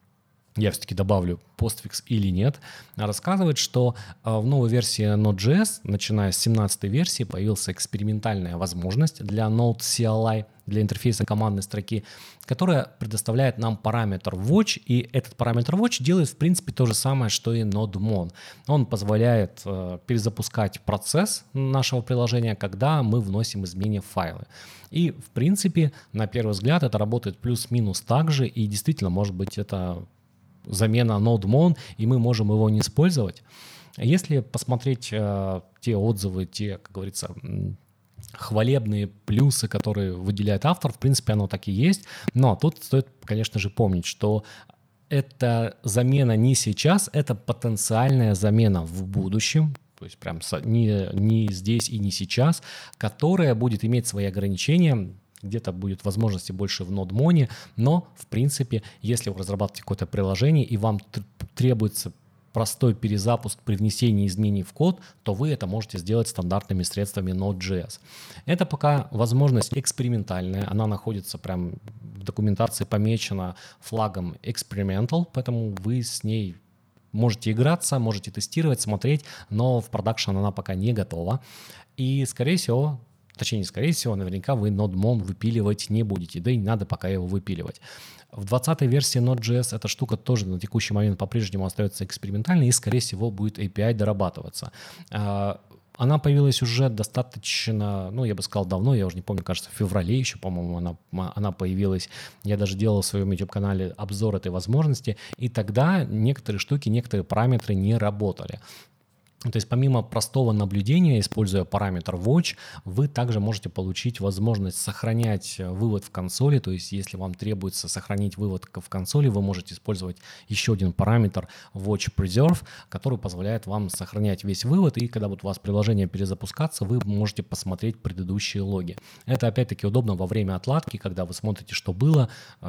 я все-таки добавлю постфикс или нет, рассказывает, что в новой версии Node.js, начиная с 17 версии, появилась экспериментальная возможность для Node CLI, для интерфейса командной строки, которая предоставляет нам параметр watch, и этот параметр watch делает, в принципе, то же самое, что и NodeMon. Он позволяет перезапускать процесс нашего приложения, когда мы вносим изменения в файлы. И, в принципе, на первый взгляд, это работает плюс-минус так же, и действительно, может быть, это замена NodeMon, и мы можем его не использовать. Если посмотреть те отзывы, те, как говорится, хвалебные плюсы, которые выделяет автор, в принципе, оно так и есть. Но тут стоит, конечно же, помнить, что эта замена не сейчас, это потенциальная замена в будущем, то есть прям не здесь и не сейчас, которая будет иметь свои ограничения. Где-то будет возможности больше в NodeMon, но, в принципе, если вы разрабатываете какое-то приложение и вам требуется простой перезапуск при внесении изменений в код, то вы это можете сделать стандартными средствами Node.js. Это пока возможность экспериментальная, она находится прям в документации, помечена флагом experimental, поэтому вы с ней можете играться, можете тестировать, смотреть, но в продакшн она пока не готова. И, скорее всего, наверняка вы NodeMon выпиливать не будете, да и не надо пока его выпиливать. В 20-й версии Node.js эта штука тоже на текущий момент по-прежнему остается экспериментальной и, скорее всего, будет API дорабатываться. Она появилась уже достаточно, я бы сказал, давно, я уже не помню, кажется, в феврале еще, по-моему, она появилась. Я даже делал в своем YouTube-канале обзор этой возможности, и тогда некоторые штуки, некоторые параметры не работали. То есть помимо простого наблюдения, используя параметр watch, вы также можете получить возможность сохранять вывод в консоли. То есть если вам требуется сохранить вывод в консоли, вы можете использовать еще один параметр watch preserve, который позволяет вам сохранять весь вывод. И когда будет у вас приложение перезапускаться, вы можете посмотреть предыдущие логи. Это опять-таки удобно во время отладки, когда вы смотрите, что было,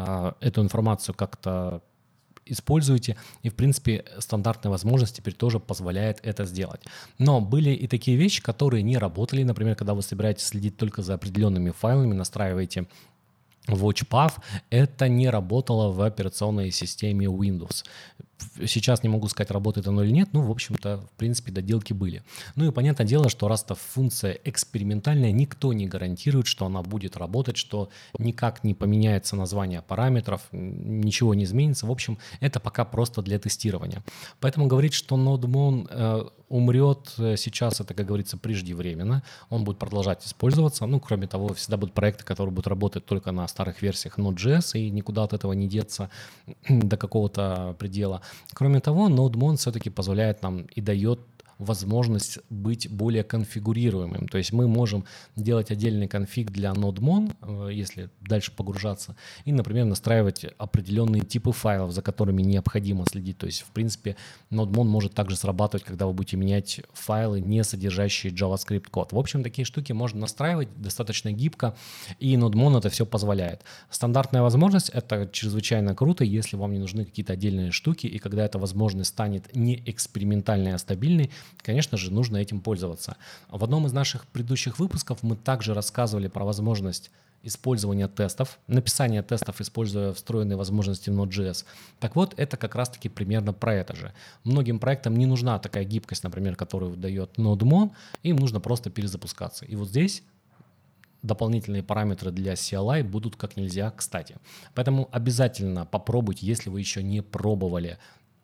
эту информацию как-то используете, и, в принципе, стандартная возможность теперь тоже позволяет это сделать. Но были и такие вещи, которые не работали, например, когда вы собираетесь следить только за определенными файлами, настраиваете WatchPath, это не работало в операционной системе Windows. Сейчас не могу сказать, работает оно или нет, в общем-то, в принципе, доделки были. И понятное дело, что раз эта функция экспериментальная, никто не гарантирует, что она будет работать, что никак не поменяется название параметров, ничего не изменится. В общем, это пока просто для тестирования. Поэтому говорить, что NodeMon умрет сейчас, это, как говорится, преждевременно. Он будет продолжать использоваться. Кроме того, всегда будут проекты, которые будут работать только на старых версиях Node.js, и никуда от этого не деться до какого-то предела. Кроме того, NodeMon все-таки позволяет нам и дает возможность быть более конфигурируемым. То есть мы можем делать отдельный конфиг для NodeMon, если дальше погружаться, и, например, настраивать определенные типы файлов, за которыми необходимо следить. То есть, в принципе, NodeMon может также срабатывать, когда вы будете менять файлы, не содержащие JavaScript код. В общем, такие штуки можно настраивать достаточно гибко, и NodeMon это все позволяет. Стандартная возможность — это чрезвычайно круто, если вам не нужны какие-то отдельные штуки, и когда эта возможность станет не экспериментальной, а стабильной, конечно же, нужно этим пользоваться. В одном из наших предыдущих выпусков мы также рассказывали про возможность использования тестов, написания тестов, используя встроенные возможности в Node.js. Так вот, это как раз-таки примерно про это же. Многим проектам не нужна такая гибкость, например, которую дает NodeMon, им нужно просто перезапускаться. И вот здесь дополнительные параметры для CLI будут как нельзя кстати. Поэтому обязательно попробуйте, если вы еще не пробовали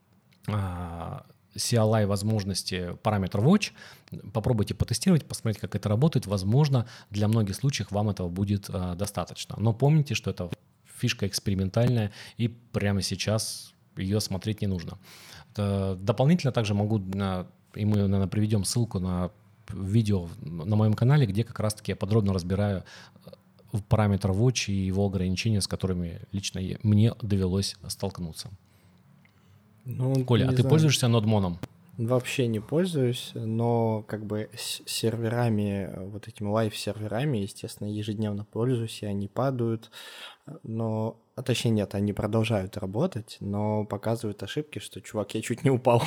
CLI возможности параметр watch, попробуйте потестировать, посмотреть, как это работает. Возможно, для многих случаев вам этого будет достаточно. Но помните, что это фишка экспериментальная, и прямо сейчас ее смотреть не нужно. Дополнительно также могу, и мы, наверное, приведем ссылку на видео на моем канале, где как раз-таки я подробно разбираю параметр watch и его ограничения, с которыми лично мне довелось столкнуться. Коля, а ты пользуешься NodeMon? Вообще не пользуюсь, но с серверами, вот этими лайв-серверами, естественно, ежедневно пользуюсь, и они падают, точнее нет, они продолжают работать, но показывают ошибки, что, чувак, я чуть не упал.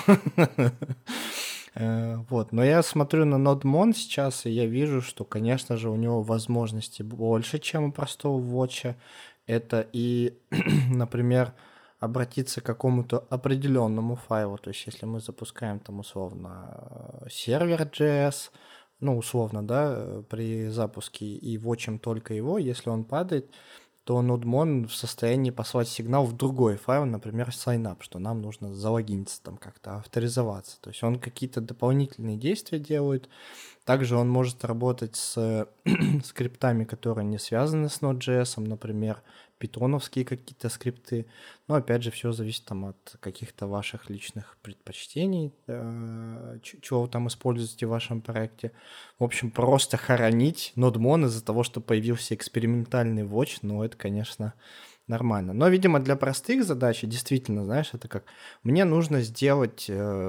Но я смотрю на NodeMon сейчас, и я вижу, что, конечно же, у него возможностей больше, чем у простого Watch. Это и, например, обратиться к какому-то определенному файлу. То есть если мы запускаем там условно сервер JS, ну условно, да, при запуске и вотчим только его, если он падает, то NodeMon в состоянии послать сигнал в другой файл, например, signup, что нам нужно залогиниться, там как-то авторизоваться. То есть он какие-то дополнительные действия делает. Также он может работать с скриптами, которые не связаны с Node.js, например, питоновские какие-то скрипты. Но опять же, все зависит там от каких-то ваших личных предпочтений, чего вы там используете в вашем проекте. В общем, просто хоронить NodeMon из-за того, что появился экспериментальный watch, ну, это, конечно, нормально. Но, видимо, для простых задач, действительно, знаешь, это как мне нужно сделать,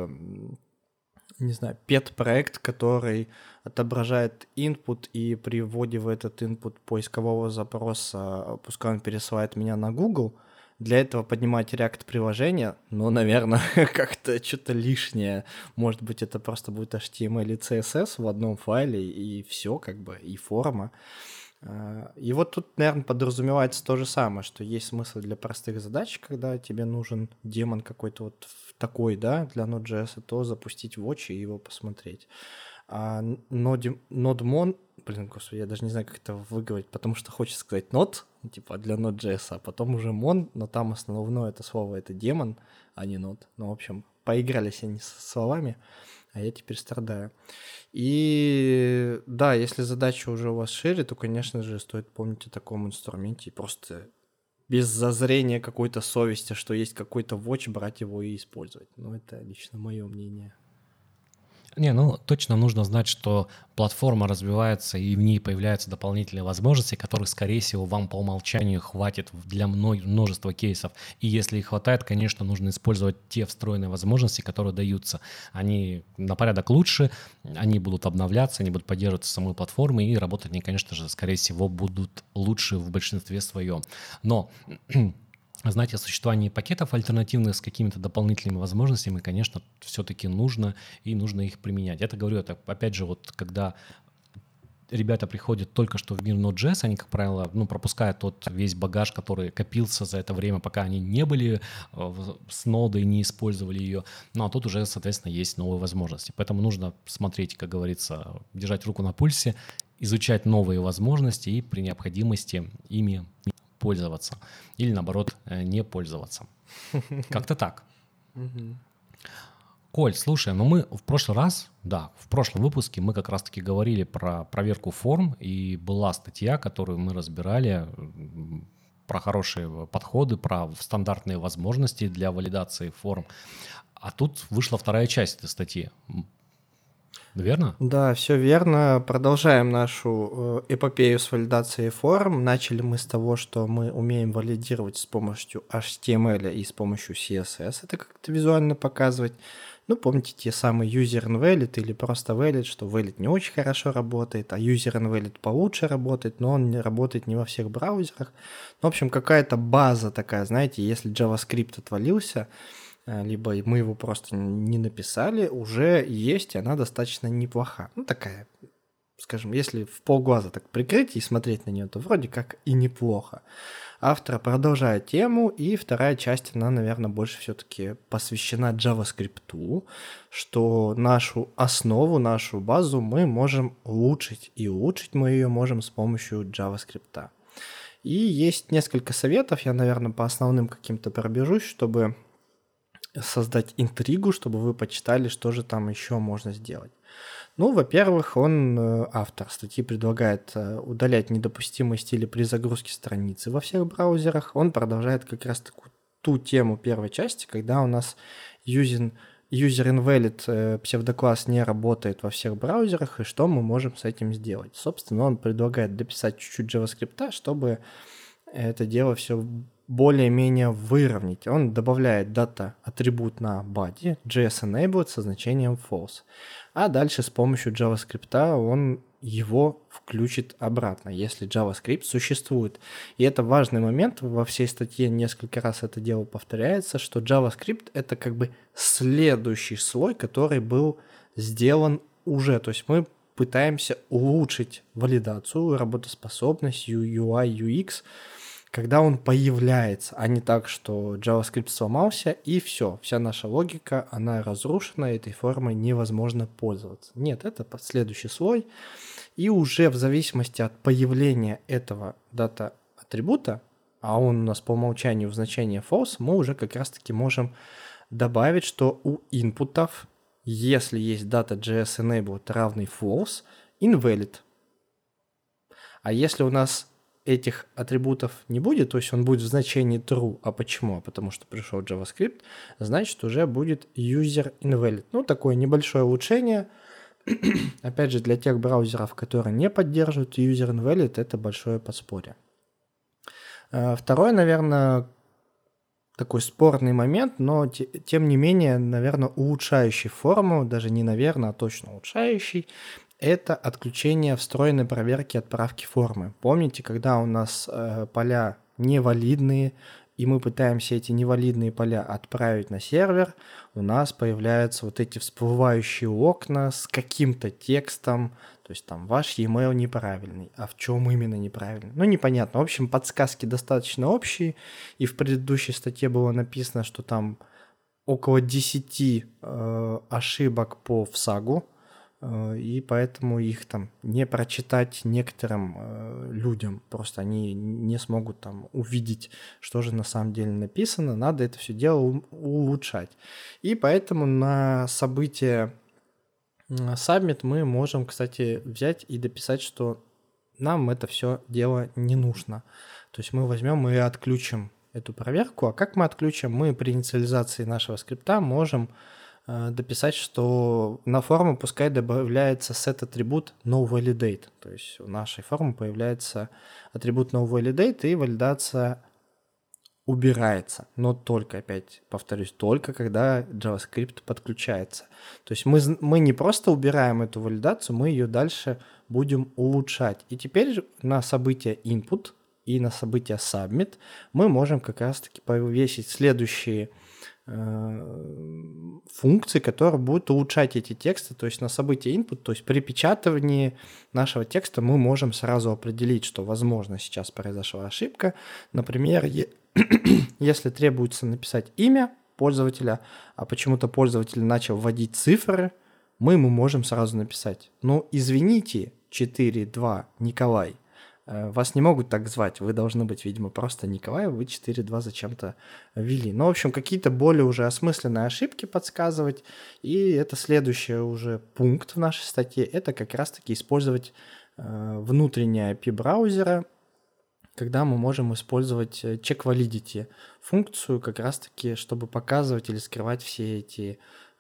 не знаю, пет-проект, который отображает input, и при вводе в этот input поискового запроса, пускай он пересылает меня на Google. Для этого поднимать React-приложение, ну, наверное, как-то что-то лишнее. Может быть, это просто будет HTML и CSS в одном файле, и все, как бы, и форма. И вот тут, наверное, подразумевается то же самое, что есть смысл для простых задач, когда тебе нужен демон какой-то вот такой, да, для Node.js, то запустить в Watch и его посмотреть. А NodeMon, блин, господи, я даже не знаю, как это выговорить, потому что хочется сказать Node, типа для Node.js, а потом уже Mon, но там основное это слово, это демон, а не Node. Ну, в общем, поигрались они со словами, а я теперь страдаю. И да, если задача уже у вас шире, то, конечно же, стоит помнить о таком инструменте и просто без зазрения какой-то совести, что есть какой-то watch, брать его и использовать. Ну, это лично мое мнение. Не, ну точно нужно знать, что платформа развивается и в ней появляются дополнительные возможности, которых, скорее всего, вам по умолчанию хватит для множества кейсов. И если их хватает, конечно, нужно использовать те встроенные возможности, которые даются. Они на порядок лучше, они будут обновляться, они будут поддерживаться самой платформой, и работать они, конечно же, скорее всего, будут лучше в большинстве своем. Но знать о существовании пакетов альтернативных с какими-то дополнительными возможностями, конечно, все-таки нужно, и нужно их применять. Это говорю, это опять же, вот когда ребята приходят только что в мир Node.js, они, как правило, пропускают тот весь багаж, который копился за это время, пока они не были с нодой, не использовали ее. Ну, а тут уже, соответственно, есть новые возможности. Поэтому нужно смотреть, как говорится, держать руку на пульсе, изучать новые возможности и при необходимости ими пользоваться или, наоборот, не пользоваться. Как-то так. Коль, слушай, ну мы в прошлый раз, да, в прошлом выпуске мы как раз-таки говорили про проверку форм, и была статья, которую мы разбирали, про хорошие подходы, про стандартные возможности для валидации форм. А тут вышла вторая часть этой статьи. Верно? Да, все верно. Продолжаем нашу эпопею с валидацией форм. Начали мы с того, что мы умеем валидировать с помощью HTML и с помощью CSS. Это как-то визуально показывать. Ну, помните те самые user invalid или просто valid, что valid не очень хорошо работает, а user invalid получше работает, но он не работает не во всех браузерах. Ну, в общем, какая-то база такая, знаете, если JavaScript отвалился, либо мы его просто не написали, уже есть, и она достаточно неплоха. Ну, такая, скажем, если в полглаза так прикрыть и смотреть на нее, то вроде как и неплохо. Автор продолжает тему, и вторая часть, она, наверное, больше все-таки посвящена JavaScript, что нашу основу, нашу базу мы можем улучшить, и улучшить мы ее можем с помощью JavaScript. И есть несколько советов, я, наверное, по основным каким-то пробежусь, чтобы создать интригу, чтобы вы почитали, что же там еще можно сделать. Ну, во-первых, автор статьи предлагает удалять недопустимые стили при загрузке страницы во всех браузерах. Он продолжает как раз ту тему первой части, когда у нас user-invalid псевдокласс не работает во всех браузерах, и что мы можем с этим сделать. Собственно, он предлагает дописать чуть-чуть JavaScript, чтобы это дело все более-менее выровнять. Он добавляет data-атрибут на body, JS-enabled со значением false. А дальше с помощью JavaScript он его включит обратно, если JavaScript существует. И это важный момент, во всей статье несколько раз это дело повторяется, что JavaScript — это как бы следующий слой, который был сделан уже. То есть мы пытаемся улучшить валидацию, работоспособность, UI, UX, когда он появляется, а не так, что JavaScript сломался и все, вся наша логика, она разрушена, этой формой невозможно пользоваться. Нет, это следующий слой, и уже в зависимости от появления этого дата-атрибута, а он у нас по умолчанию в значении false, мы уже как раз-таки можем добавить, что у инпутов, если есть data.js enabled равный false, invalid. А если у нас этих атрибутов не будет, то есть он будет в значении true. А почему? Потому что пришел JavaScript, значит уже будет user invalid. Ну, такое небольшое улучшение. Опять же, для тех браузеров, которые не поддерживают user invalid, это большое подспорье. Второй, наверное, такой спорный момент, но тем не менее, наверное, улучшающий форму, даже не наверное, а точно улучшающий, это отключение встроенной проверки отправки формы. Помните, когда у нас поля невалидные, и мы пытаемся эти невалидные поля отправить на сервер, у нас появляются вот эти всплывающие окна с каким-то текстом, то есть там ваш e-mail неправильный, а в чем именно неправильный? Ну, непонятно. В общем, подсказки достаточно общие, и в предыдущей статье было написано, что там около 10 ошибок по всагу, и поэтому их там не прочитать некоторым людям, просто они не смогут там увидеть, что же на самом деле написано, надо это все дело улучшать. И поэтому на событие Submit мы можем, кстати, взять и дописать, что нам это все дело не нужно. То есть мы возьмем и отключим эту проверку. А как мы отключим? Мы при инициализации нашего скрипта можем дописать, что на форму пускай добавляется set-атрибут noValidate. То есть у нашей формы появляется атрибут noValidate, и валидация убирается. Но только, опять повторюсь, только когда JavaScript подключается. То есть мы не просто убираем эту валидацию, мы ее дальше будем улучшать. И теперь на событие input и на событие submit мы можем как раз-таки повесить следующие функции, которые будут улучшать эти тексты. То есть на событие input, то есть при печатании нашего текста мы можем сразу определить, что, возможно, сейчас произошла ошибка. Например, если требуется написать имя пользователя, а почему-то пользователь начал вводить цифры, мы ему можем сразу написать: ну, извините, 4.2 Николай, вас не могут так звать, вы должны быть, видимо, просто Николай, вы 4.2 зачем-то ввели. Ну, в общем, какие-то более уже осмысленные ошибки подсказывать. И это следующий уже пункт в нашей статье, это как раз-таки использовать внутреннее API браузера, когда мы можем использовать check validity функцию как раз-таки, чтобы показывать или скрывать все эти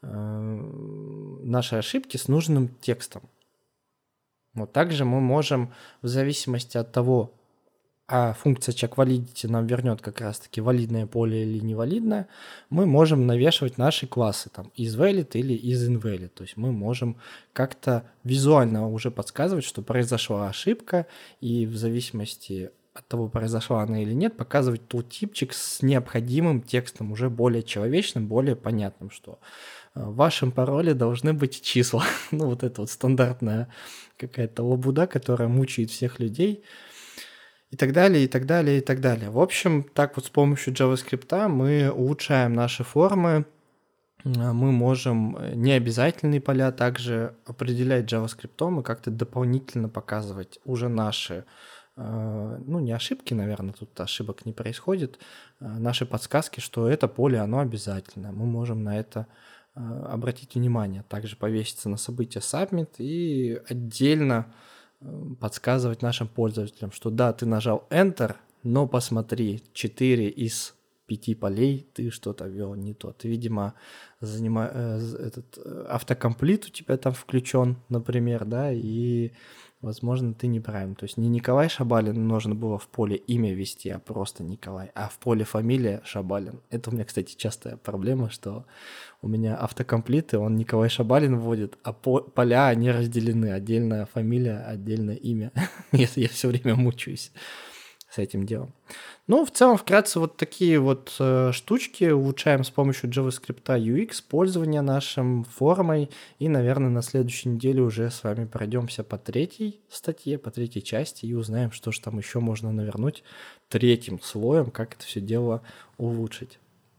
наши ошибки с нужным текстом. Вот также мы можем, в зависимости от того, а функция checkValidity нам вернет как раз-таки валидное поле или невалидное, мы можем навешивать наши классы там isValid или isInvalid. То есть мы можем как-то визуально уже подсказывать, что произошла ошибка, и в зависимости от того, произошла она или нет, показывать тултипчик с необходимым текстом, уже более человечным, более понятным, что в вашем пароле должны быть числа. Ну, вот это вот стандартная какая-то лабуда, которая мучает всех людей. И так далее, и так далее, и так далее. В общем, так вот с помощью JavaScript мы улучшаем наши формы. Мы можем необязательные поля также определять JavaScript и как-то дополнительно показывать уже наши, ну, не ошибки, наверное, тут ошибок не происходит, наши подсказки, что это поле, оно обязательно. Мы можем на это обратить внимание. Также повеситься на событие Submit и отдельно подсказывать нашим пользователям, что да, ты нажал Enter, но посмотри, 4 из 5 полей ты что-то ввел не то. Ты, видимо, этот автокомплит у тебя там включен, например, да, и, возможно, ты неправильно. То есть не Николай Шабалин нужно было в поле имя ввести, а просто Николай, а в поле фамилия Шабалин. Это у меня, кстати, частая проблема, что у меня автокомплиты, он Николай Шабалин вводит, а поля, они разделены. Отдельная фамилия, отдельное имя. Я все время мучаюсь с этим делом. Ну, в целом, вкратце, вот такие вот штучки улучшаем с помощью JavaScript UX, пользование нашим формой, и, наверное, на следующей неделе уже с вами пройдемся по третьей статье, по третьей части, и узнаем, что же там еще можно навернуть третьим слоем, как это все дело улучшить.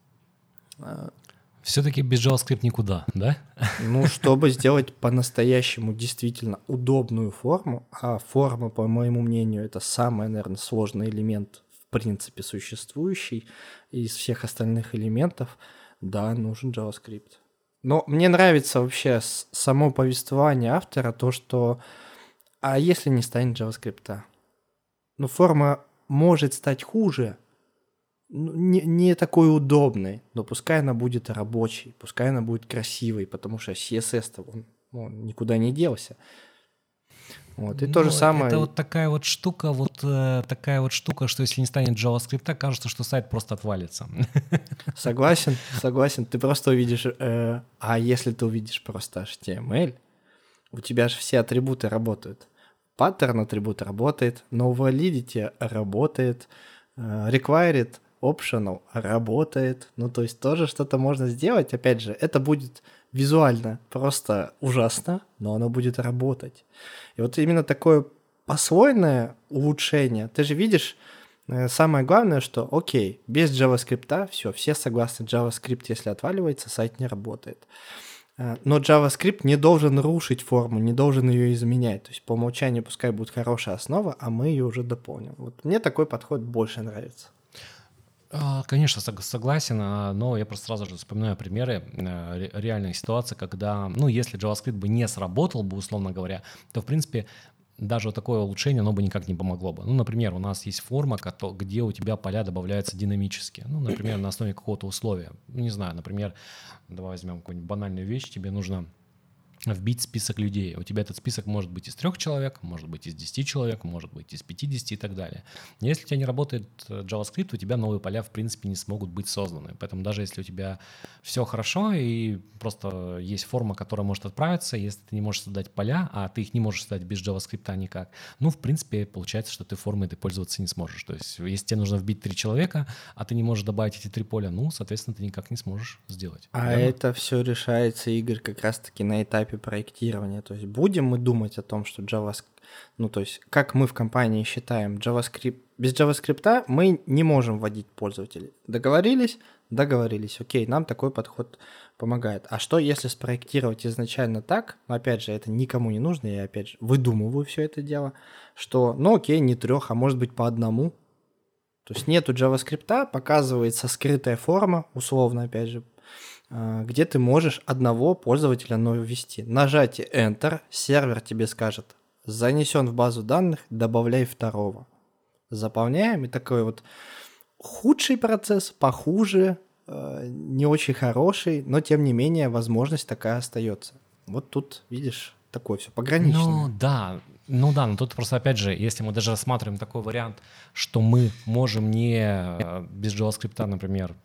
Все-таки без JavaScript никуда, да? Ну, чтобы сделать по-настоящему действительно удобную форму, а форма, по моему мнению, это самый, наверное, сложный элемент в принципе существующий из всех остальных элементов, да, нужен JavaScript. Но мне нравится вообще само повествование автора, то, что а если не станет JavaScript? Ну, форма может стать хуже, не такой удобной, но пускай она будет рабочей, пускай она будет красивой, потому что CSS-то он никуда не делся. Вот, и то же самое... Это вот такая вот штука, что если не станет JavaScript, кажется, что сайт просто отвалится. Согласен. Ты просто увидишь... а если ты увидишь просто HTML, у тебя же все атрибуты работают. Паттерн атрибут работает, novalidity работает, required optional работает. Ну, то есть тоже что-то можно сделать. Опять же, это будет визуально просто ужасно, но оно будет работать. И вот именно такое послойное улучшение. Ты же видишь, самое главное, что окей, без JavaScript все согласны, JavaScript, если отваливается, сайт не работает. Но JavaScript не должен рушить форму, не должен ее изменять. То есть по умолчанию пускай будет хорошая основа, а мы ее уже дополним. Вот мне такой подход больше нравится. Конечно, согласен, но я просто сразу же вспоминаю примеры реальных ситуаций, когда, если JavaScript бы не сработал бы, условно говоря, то, в принципе, даже вот такое улучшение, оно бы никак не помогло бы. Например, у нас есть форма, где у тебя поля добавляются динамически. Например, на основе какого-то условия. Не знаю, например, давай возьмем какую-нибудь банальную вещь, тебе нужно вбить список людей. У тебя этот список может быть из 3 человек, может быть из 10 человек, может быть из 50 и так далее. Но если у тебя не работает JavaScript, у тебя новые поля в принципе не смогут быть созданы. Поэтому даже если у тебя все хорошо и просто есть форма, которая может отправиться, если ты не можешь создать поля, а ты их не можешь создать без JavaScript никак, в принципе, получается, что ты формой этой пользоваться не сможешь. То есть если тебе нужно вбить 3 человека, а ты не можешь добавить эти 3 поля, соответственно, ты никак не сможешь сделать. А верно? Это все решается, Игорь, как раз-таки на этапе проектирования. То есть будем мы думать о том, что JavaScript, то есть как мы в компании считаем, JavaScript, без JavaScript мы не можем вводить пользователей. Договорились, окей, нам такой подход помогает. А что если спроектировать изначально так, опять же, это никому не нужно, я опять же выдумываю все это дело, что, окей, не 3, а может быть по 1. То есть нету JavaScript, показывается скрытая форма, условно, опять же, где ты можешь одного пользователя ввести. Нажатие Enter, сервер тебе скажет, занесен в базу данных, добавляй 2. Заполняем, и такой вот худший процесс, похуже, не очень хороший, но тем не менее возможность такая остается. Вот тут, видишь, такое все пограничное. Но тут просто, опять же, если мы даже рассматриваем такой вариант, что мы можем не без JavaScript, например,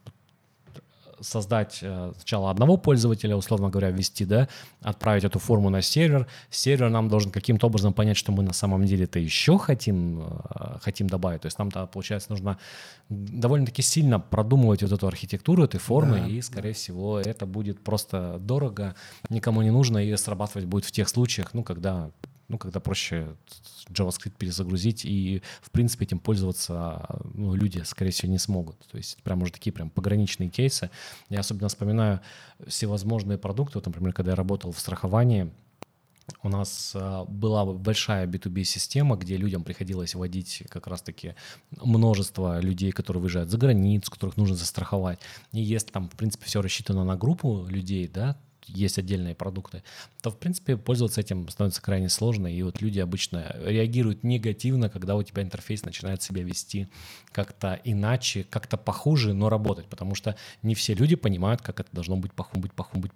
создать сначала одного пользователя, условно говоря, ввести, отправить эту форму на сервер. Сервер нам должен каким-то образом понять, что мы на самом деле-то еще хотим добавить. То есть нам-то, получается, нужно довольно-таки сильно продумывать вот эту архитектуру этой формы, и, скорее всего, это будет просто дорого, никому не нужно, и срабатывать будет в тех случаях, когда проще JavaScript перезагрузить, и, в принципе, этим пользоваться люди, скорее всего, не смогут. То есть прям уже такие прям пограничные кейсы. Я особенно вспоминаю всевозможные продукты. Вот, например, когда я работал в страховании, у нас была большая B2B-система, где людям приходилось вводить как раз-таки множество людей, которые выезжают за границу, которых нужно застраховать. И если там, в принципе, все рассчитано на группу людей, есть отдельные продукты, то, в принципе, пользоваться этим становится крайне сложно, и вот люди обычно реагируют негативно, когда у тебя интерфейс начинает себя вести как-то иначе, как-то похуже, но работать, потому что не все люди понимают, как это должно быть похуже.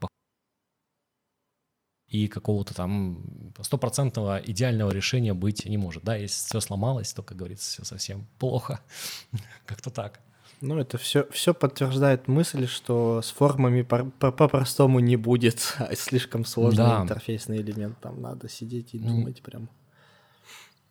И какого-то там 100% идеального решения быть не может. Если все сломалось, то, как говорится, все совсем плохо. Как-то так. Это все подтверждает мысль, что с формами по-простому не будет, а слишком сложный интерфейсный элемент, там надо сидеть и думать прям.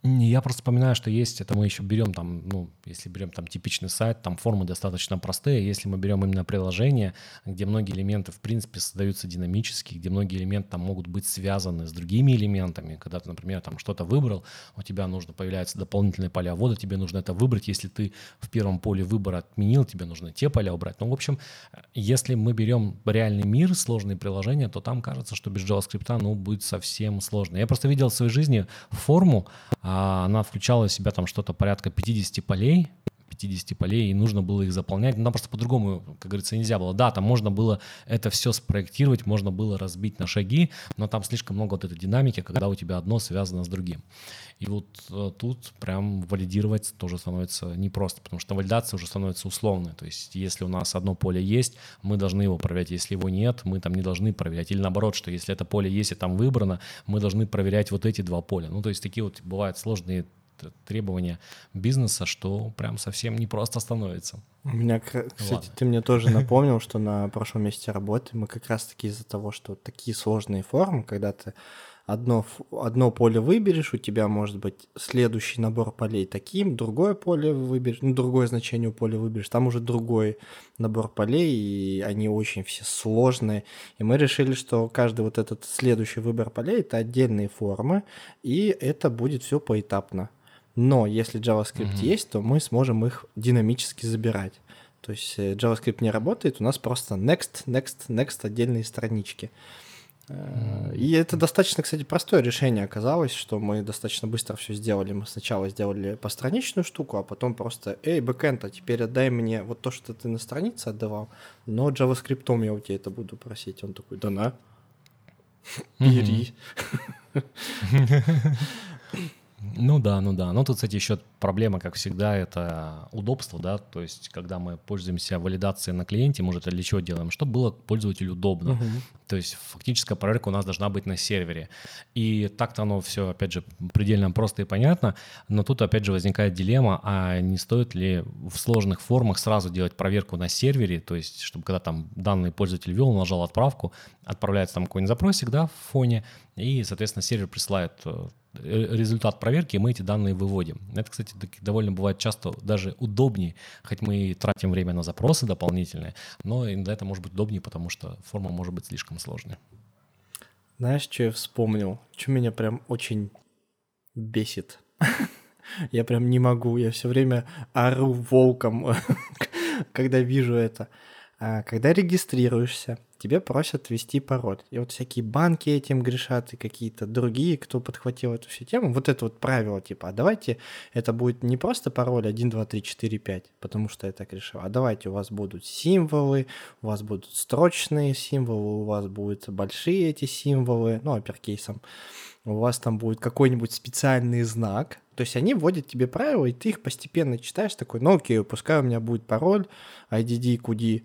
Я просто вспоминаю, что есть, это мы еще берем там, если берем там типичный сайт, там формы достаточно простые. Если мы берем именно приложение, где многие элементы, в принципе, создаются динамически, где многие элементы там могут быть связаны с другими элементами. Когда ты, например, там что-то выбрал, у тебя появляются дополнительные поля ввода, тебе нужно это выбрать. Если ты в первом поле выбора отменил, тебе нужно те поля убрать. В общем, если мы берем реальный мир, сложные приложения, то там кажется, что без JavaScript, будет совсем сложно. Я просто видел в своей жизни форму, она включала в себя там что-то порядка 50 полей, и нужно было их заполнять. Там просто по-другому, как говорится, нельзя было. Да, там можно было это все спроектировать, можно было разбить на шаги, но там слишком много вот этой динамики, когда у тебя одно связано с другим. И вот тут прям валидировать тоже становится непросто, потому что валидация уже становится условной. То есть если у нас одно поле есть, мы должны его проверять. Если его нет, мы там не должны проверять. Или наоборот, что если это поле есть и там выбрано, мы должны проверять вот эти два поля. То есть такие вот бывают сложные требования бизнеса, что прям совсем непросто становится. У меня, кстати, ты мне тоже напомнил, что на прошлом месте работы мы как раз-таки из-за того, что такие сложные формы, когда ты одно поле выберешь, у тебя может быть следующий набор полей таким, другое поле выберешь, другое значение у поля выберешь, там уже другой набор полей, и они очень все сложные. И мы решили, что каждый вот этот следующий выбор полей — это отдельные формы, и это будет все поэтапно. Но если JavaScript есть, то мы сможем их динамически забирать. То есть JavaScript не работает, у нас просто next, отдельные странички. И это достаточно, кстати, простое решение оказалось, что мы достаточно быстро все сделали. Мы сначала сделали постраничную штуку, а потом просто: эй, бэкэнд, а теперь отдай мне вот то, что ты на странице отдавал, но JavaScript я у тебя это буду просить. Он такой: да на, бери. Да. Но тут, кстати, еще проблема, как всегда, это удобство, да, то есть когда мы пользуемся валидацией на клиенте, мы же это для чего делаем? Чтобы было пользователю удобно. То есть фактическая проверка у нас должна быть на сервере. И так-то оно все, опять же, предельно просто и понятно, но тут, опять же, возникает дилемма, а не стоит ли в сложных формах сразу делать проверку на сервере, то есть чтобы когда там данный пользователь ввел, нажал отправку, отправляется там какой-нибудь запросик, да, в фоне, и, соответственно, сервер присылает результат проверки, и мы эти данные выводим. Это, кстати, довольно бывает часто даже удобнее, хоть мы и тратим время на запросы дополнительные, но иногда это может быть удобнее, потому что форма может быть слишком сложной. Знаешь, что я вспомнил? Что меня прям очень бесит? Я прям не могу, я все время ору волком, когда вижу это. Когда регистрируешься, тебе просят ввести пароль. И вот всякие банки этим грешат, и какие-то другие, кто подхватил эту всю тему. Вот это вот правило, типа: а давайте это будет не просто пароль 1, 2, 3, 4, 5, потому что я так решил, а давайте у вас будут символы, у вас будут строчные символы, у вас будут большие эти символы, апперкейсом, у вас там будет какой-нибудь специальный знак. То есть они вводят тебе правила, и ты их постепенно читаешь, такой: окей, пускай у меня будет пароль IDD QD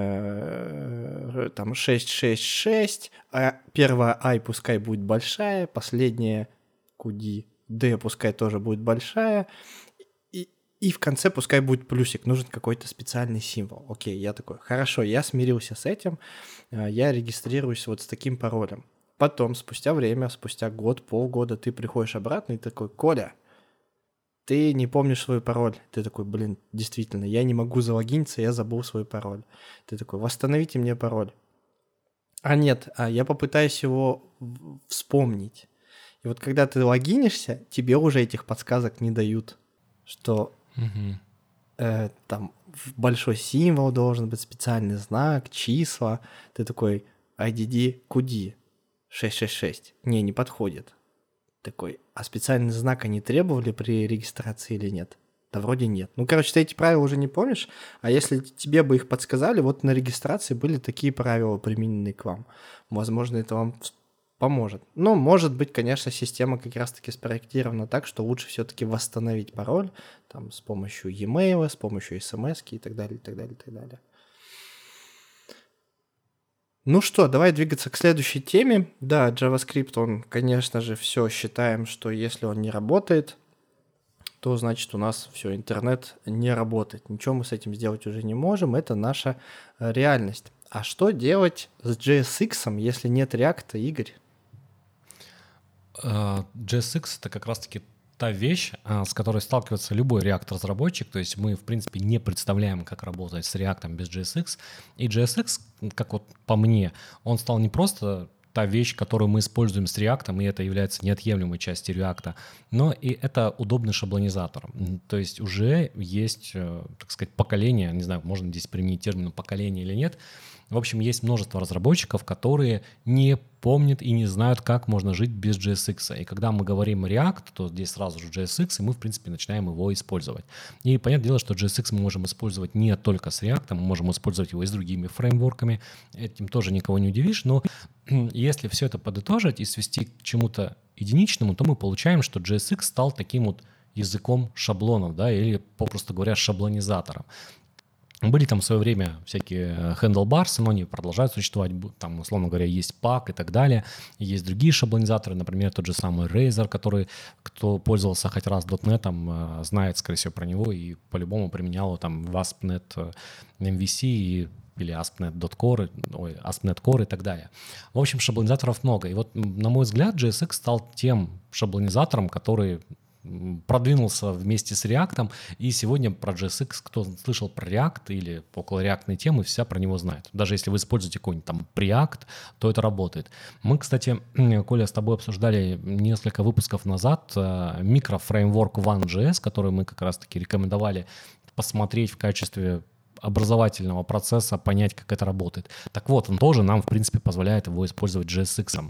там 666, а первая I пускай будет большая, последняя QD D пускай тоже будет большая, и в конце пускай будет плюсик, нужен какой-то специальный символ. Окей, я такой: хорошо, я смирился с этим, я регистрируюсь вот с таким паролем. Потом, спустя время, спустя год, полгода, ты приходишь обратно и такой: Коля, ты не помнишь свой пароль. Ты такой: действительно, я не могу залогиниться, я забыл свой пароль. Ты такой: восстановите мне пароль. А нет, я попытаюсь его вспомнить. И вот когда ты логинишься, тебе уже этих подсказок не дают, что там большой символ должен быть, специальный знак, числа. Ты такой: IDD QD 666. Не подходит. Такой: а специальный знак они требовали при регистрации или нет? Да вроде нет. Ты эти правила уже не помнишь, а если тебе бы их подсказали, вот на регистрации были такие правила, примененные к вам. Возможно, это вам поможет. Но, может быть, конечно, система как раз-таки спроектирована так, что лучше все-таки восстановить пароль там, с помощью e-mail, с помощью SMS и так далее, и так далее, и так далее. Ну что, давай двигаться к следующей теме. Да, JavaScript, он, конечно же, все считаем, что если он не работает, то значит у нас все, интернет не работает. Ничего мы с этим сделать уже не можем, это наша реальность. А что делать с JSX, если нет React, Игорь? JSX — это как раз-таки та вещь, с которой сталкивается любой React-разработчик. То есть мы, в принципе, не представляем, как работать с React без JSX. И JSX, как вот по мне, он стал не просто та вещь, которую мы используем с React, и это является неотъемлемой частью React, но и это удобный шаблонизатор. То есть уже есть, так сказать, поколение, не знаю, можно здесь применить термин поколение или нет. В общем, есть множество разработчиков, которые не помнят и не знают, как можно жить без JSX. И когда мы говорим React, то здесь сразу же JSX, и мы, в принципе, начинаем его использовать. И понятное дело, что JSX мы можем использовать не только с React, мы можем использовать его и с другими фреймворками. Этим тоже никого не удивишь, но если все это подытожить и свести к чему-то единичному, то мы получаем, что JSX стал таким вот языком шаблонов, да, или, попросту говоря, шаблонизатором. Были там в свое время всякие handlebars, но они продолжают существовать. Там, условно говоря, есть Pack и так далее. Есть другие шаблонизаторы, например, тот же самый Razor, который, кто пользовался хоть раз .NET, знает, скорее всего, про него и по-любому применял его там в ASP.NET MVC или ASP.NET Core, ASP.NET Core и так далее. В общем, шаблонизаторов много. И вот, на мой взгляд, JSX стал тем шаблонизатором, который продвинулся вместе с React, и сегодня про JSX, кто слышал про React или около реактной темы, вся про него знает. Даже если вы используете какой-нибудь там Preact, то это работает. Мы, кстати, Коля, с тобой обсуждали несколько выпусков назад микрофреймворк One.js, который мы как раз-таки рекомендовали посмотреть в качестве образовательного процесса, понять, как это работает. Так вот, он тоже нам, в принципе, позволяет его использовать JSX.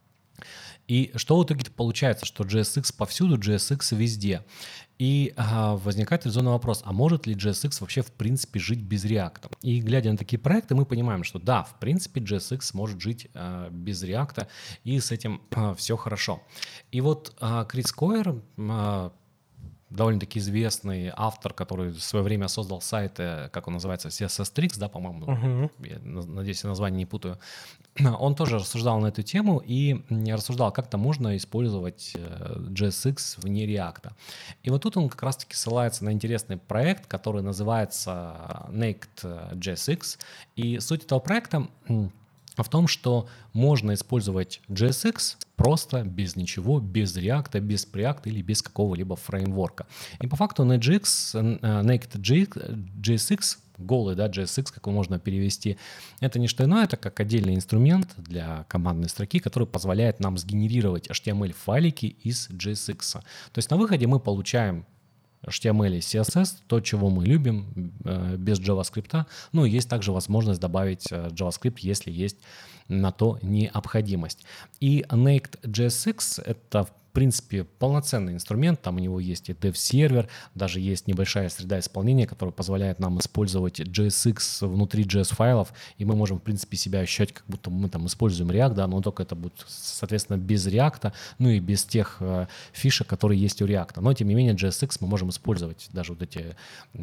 И что в итоге получается, что JSX повсюду, JSX везде. И возникает резонный вопрос, а может ли JSX вообще в принципе жить без React? И глядя на такие проекты, мы понимаем, что да, в принципе JSX может жить без React, и с этим все хорошо. И вот Крис Койер, довольно-таки известный автор, который в свое время создал сайт, как он называется, CSS Tricks, да, по-моему, я надеюсь, я название не путаю. Он тоже рассуждал на эту тему и рассуждал, как-то можно использовать JSX вне React. И вот тут он как раз-таки ссылается на интересный проект, который называется Naked JSX. И суть этого проекта в том, что можно использовать JSX просто без ничего, без React, без Preact или без какого-либо фреймворка. И по факту Naked JSX, голый, да, JSX, как его можно перевести, это не что иное, это как отдельный инструмент для командной строки, который позволяет нам сгенерировать HTML-файлики из JSX. То есть на выходе мы получаем HTML и CSS, то, чего мы любим, без JavaScript. Ну, есть также возможность добавить JavaScript, если есть на то необходимость. И Naked JSX — это, в принципе, полноценный инструмент. Там у него есть и dev-сервер, даже есть небольшая среда исполнения, которая позволяет нам использовать JSX внутри JS-файлов, и мы можем, в принципе, себя ощущать, как будто мы там используем React, да, но только это будет, соответственно, без React, ну и без тех фишек, которые есть у React. Но, тем не менее, JSX мы можем использовать, даже вот эти,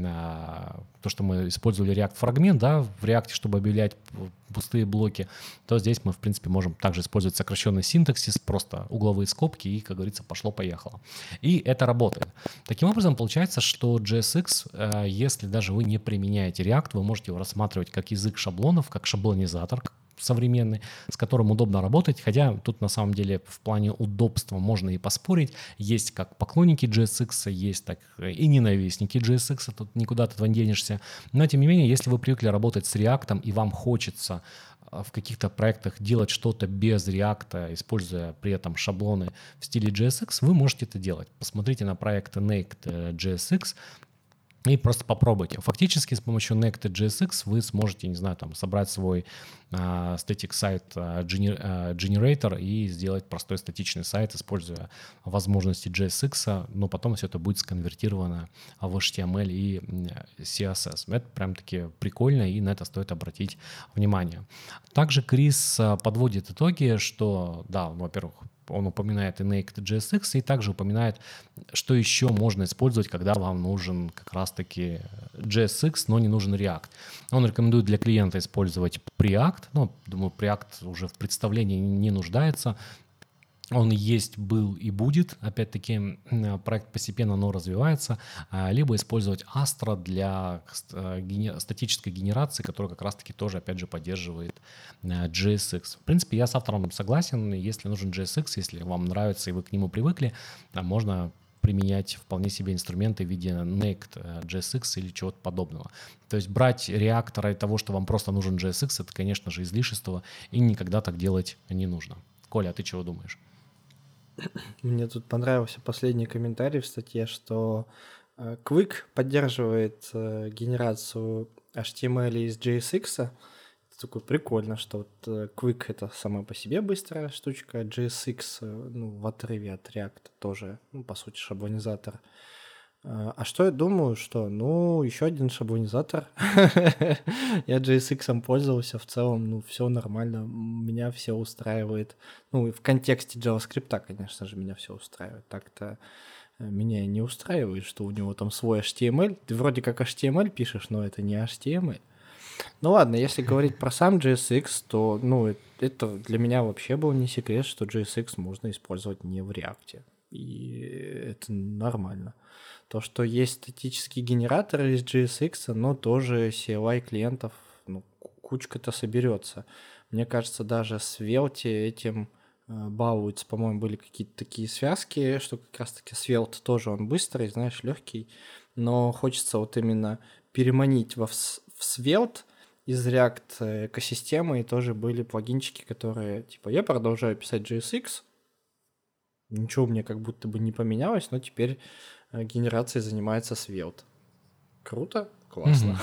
то, что мы использовали React-фрагмент, да, в React, чтобы объявлять пустые блоки, то здесь мы, в принципе, можем также использовать сокращенный синтаксис, просто угловые скобки и, как говорится, пошло-поехало. И это работает. Таким образом, получается, что JSX, если даже вы не применяете React, вы можете его рассматривать как язык шаблонов, как шаблонизатор современный, с которым удобно работать, хотя тут на самом деле в плане удобства можно и поспорить. Есть как поклонники JSX, есть так и ненавистники JSX, тут никуда ты от этого не денешься. Но тем не менее, если вы привыкли работать с React и вам хочется в каких-то проектах делать что-то без React, используя при этом шаблоны в стиле JSX, вы можете это делать. Посмотрите на проекты Naked JSX, и просто попробуйте. Фактически с помощью Naked JSX вы сможете, не знаю, там, собрать свой static site generator и сделать простой статичный сайт, используя возможности JSX, но потом все это будет сконвертировано в HTML и CSS. Это прям-таки прикольно, и на это стоит обратить внимание. Также Крис подводит итоги, что, да, во-первых, он упоминает и Naked JSX, и также упоминает, что еще можно использовать, когда вам нужен как раз-таки JSX, но не нужен React. Он рекомендует для клиента использовать Preact. Ну, думаю, Preact уже в представлении не нуждается. Он есть, был и будет. Опять-таки, проект постепенно, но развивается. Либо использовать Astra для статической генерации, которая как раз-таки тоже, опять же, поддерживает JSX. В принципе, я с автором согласен. Если нужен JSX, если вам нравится и вы к нему привыкли, можно применять вполне себе инструменты в виде Naked JSX или чего-то подобного. То есть брать React ради того, что вам просто нужен JSX, это, конечно же, излишество, и никогда так делать не нужно. Коля, а ты чего думаешь? Мне тут понравился последний комментарий в статье, что Quick поддерживает генерацию HTML из JSX. Это такое прикольно, что вот Quick — это сама по себе быстрая штучка, а JSX, ну, в отрыве от React тоже, ну, по сути, шаблонизатор. А что я думаю, что, ну, еще один шаблонизатор. Я JSX пользовался, в целом, ну, все нормально, меня все устраивает. Ну, в контексте JavaScript, конечно же, меня все устраивает. Так-то меня не устраивает, что у него там свой HTML. Ты вроде как HTML пишешь, но это не HTML. Ну ладно, если говорить про сам JSX, то, ну, это для меня вообще был не секрет, что JSX можно использовать не в React. И это нормально. То, что есть статические генераторы из JSX, но тоже CLI клиентов, ну, кучка-то соберется. Мне кажется, даже Svelte этим балуются. По-моему, были какие-то такие связки, что как раз-таки Svelte тоже он быстрый, знаешь, легкий, но хочется вот именно переманить в Svelte из React экосистемы, и тоже были плагинчики, которые, типа, я продолжаю писать JSX, ничего мне как будто бы не поменялось, но теперь генерацией занимается Svelte. Круто? Классно.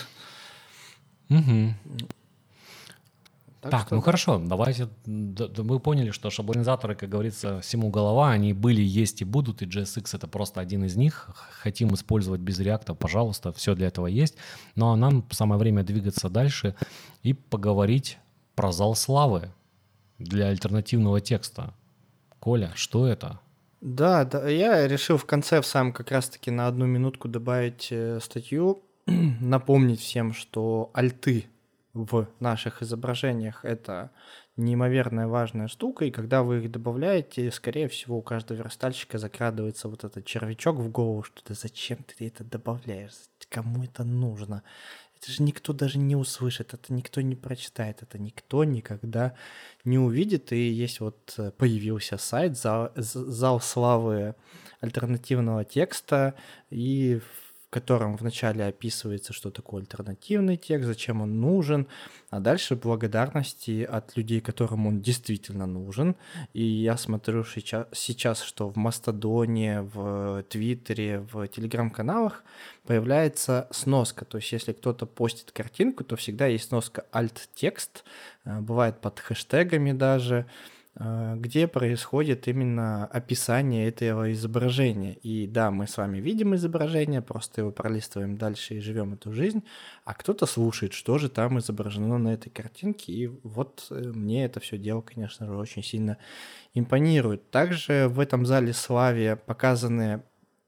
Так, ну хорошо, давайте, мы поняли, что шаблонизаторы, как говорится, всему голова, они были, есть и будут, и JSX это просто один из них. Хотим использовать без React, пожалуйста, все для этого есть. Ну а нам самое время двигаться дальше и поговорить про зал славы для альтернативного текста. Коля, что это? Да, я решил в конце сам как раз-таки на 1 минутку добавить статью, напомнить всем, что альты в наших изображениях — это неимоверно важная штука, и когда вы их добавляете, скорее всего, у каждого верстальщика закрадывается вот этот червячок в голову, что да зачем ты это добавляешь, кому это нужно? Это же никто даже не услышит, это никто не прочитает, это никто никогда не увидит. И есть вот появился сайт «Зал славы альтернативного текста», и в котором вначале описывается, что такое альтернативный текст, зачем он нужен, а дальше благодарности от людей, которым он действительно нужен. И я смотрю сейчас, что в Мастодоне, в Твиттере, в Телеграм-каналах появляется сноска. То есть если кто-то постит картинку, то всегда есть сноска alt-текст, бывает под хэштегами даже, где происходит именно описание этого изображения. И да, мы с вами видим изображение, просто его пролистываем дальше и живем эту жизнь, а кто-то слушает, что же там изображено на этой картинке, и вот мне это все дело, конечно же, очень сильно импонирует. Также в этом зале славы показаны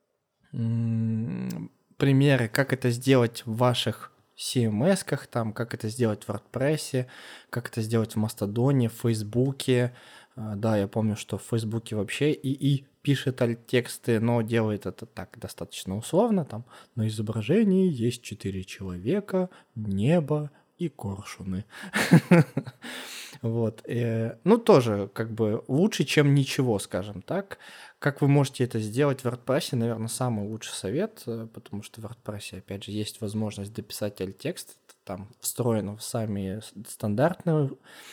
примеры, как это сделать в ваших CMS-ках, там, как это сделать в WordPress, как это сделать в Мастодоне, в Фейсбуке. Да, я помню, что в Фейсбуке вообще ИИ пишет альт-тексты, но делает это так достаточно условно. Там на изображении есть 4 человека, небо и коршуны. Вот. Ну, тоже как бы лучше, чем ничего, скажем так. Как вы можете это сделать в WordPress, наверное, самый лучший совет, потому что в WordPress, опять же, есть возможность дописать alt-текст, там встроено в сами стандартные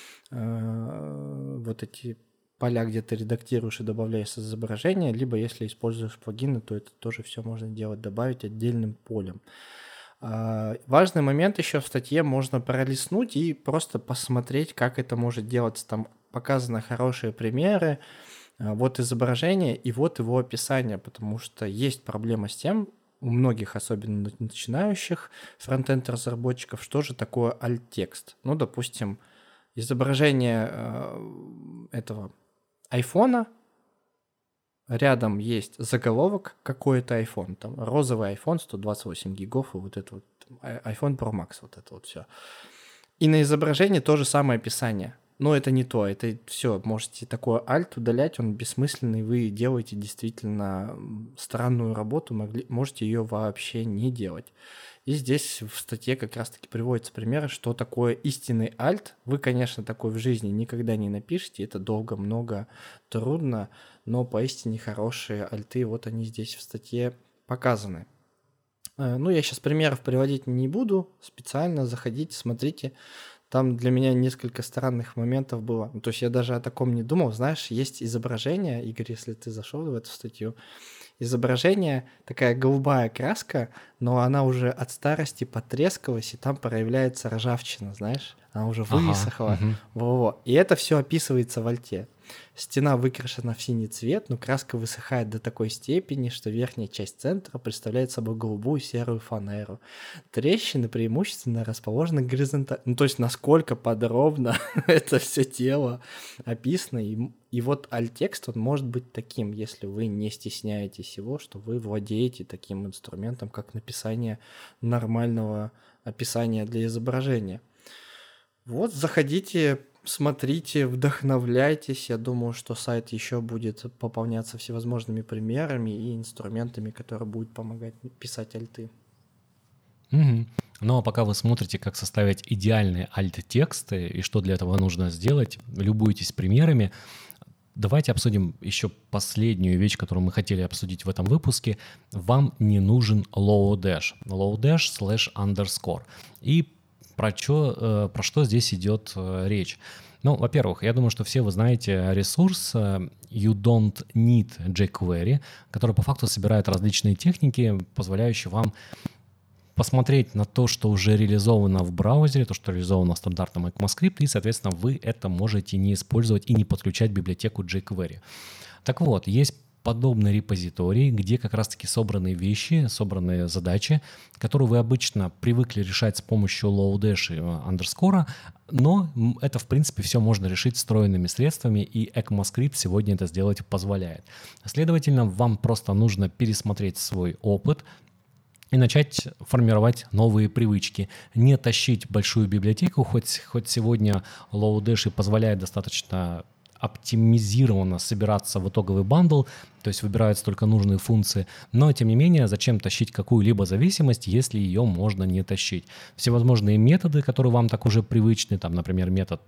вот эти поля, где ты редактируешь и добавляешь изображение, либо если используешь плагины, то это тоже все можно делать, добавить отдельным полем. Важный момент еще в статье, можно пролистнуть и просто посмотреть, как это может делаться. Там показаны хорошие примеры, вот изображение и вот его описание, потому что есть проблема с тем, у многих, особенно начинающих фронтенд разработчиков, что же такое alt-текст. Ну, допустим, изображение этого айфона, рядом есть заголовок какой-то iPhone, там розовый iPhone 128 гигов и вот это вот iPhone Pro Max, вот это вот все. И на изображении то же самое описание. Но это не то, это все, можете такой альт удалять, он бессмысленный, вы делаете действительно странную работу, можете ее вообще не делать. И здесь в статье как раз-таки приводятся примеры, что такое истинный альт. Вы, конечно, такой в жизни никогда не напишите, это долго, много, трудно, но поистине хорошие альты, вот они здесь в статье показаны. Ну, я сейчас примеров приводить не буду, специально заходите, смотрите. Там для меня несколько странных моментов было. Ну, то есть я даже о таком не думал. Знаешь, есть изображение, Игорь, если ты зашел в эту статью, изображение, такая голубая краска, но она уже от старости потрескалась, и там проявляется ржавчина, знаешь? Она уже высохла. Во-во. И это все описывается в альте. Стена выкрашена в синий цвет, но краска высыхает до такой степени, что верхняя часть центра представляет собой голубую серую фанеру. Трещины преимущественно расположены горизонтально. Ну, то есть насколько подробно это все тело описано. И вот альтекст, он может быть таким, если вы не стесняетесь его, что вы владеете таким инструментом, как написание нормального описания для изображения. Вот, заходите, смотрите, вдохновляйтесь. Я думаю, что сайт еще будет пополняться всевозможными примерами и инструментами, которые будут помогать писать альты. Ну а пока вы смотрите, как составить идеальные альт-тексты и что для этого нужно сделать, любуйтесь примерами, давайте обсудим еще последнюю вещь, которую мы хотели обсудить в этом выпуске. Вам не нужен low-dash. Low-dash/underscore. И про что здесь идет речь? Ну, во-первых, я думаю, что все вы знаете ресурс You Don't Need jQuery, который по факту собирает различные техники, позволяющие вам посмотреть на то, что уже реализовано в браузере, то, что реализовано в стандартном ECMAScript, и, соответственно, вы это можете не использовать и не подключать библиотеку jQuery. Так вот, есть подобный репозиторий, где как раз-таки собраны вещи, собраны задачи, которые вы обычно привыкли решать с помощью low-dash и underscore, но это, в принципе, все можно решить встроенными средствами, и ECMAScript сегодня это сделать позволяет. Следовательно, вам просто нужно пересмотреть свой опыт и начать формировать новые привычки. Не тащить большую библиотеку, хоть сегодня low-dash позволяет достаточно оптимизированно собираться в итоговый бандл, то есть выбираются только нужные функции, но тем не менее, зачем тащить какую-либо зависимость, если ее можно не тащить. Всевозможные методы, которые вам так уже привычны, там, например, метод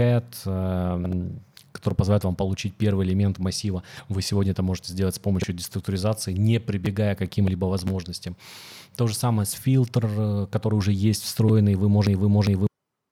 head, который позволяет вам получить первый элемент массива, вы сегодня это можете сделать с помощью деструктуризации, не прибегая к каким-либо возможностям. То же самое с фильтр, который уже есть встроенный, вы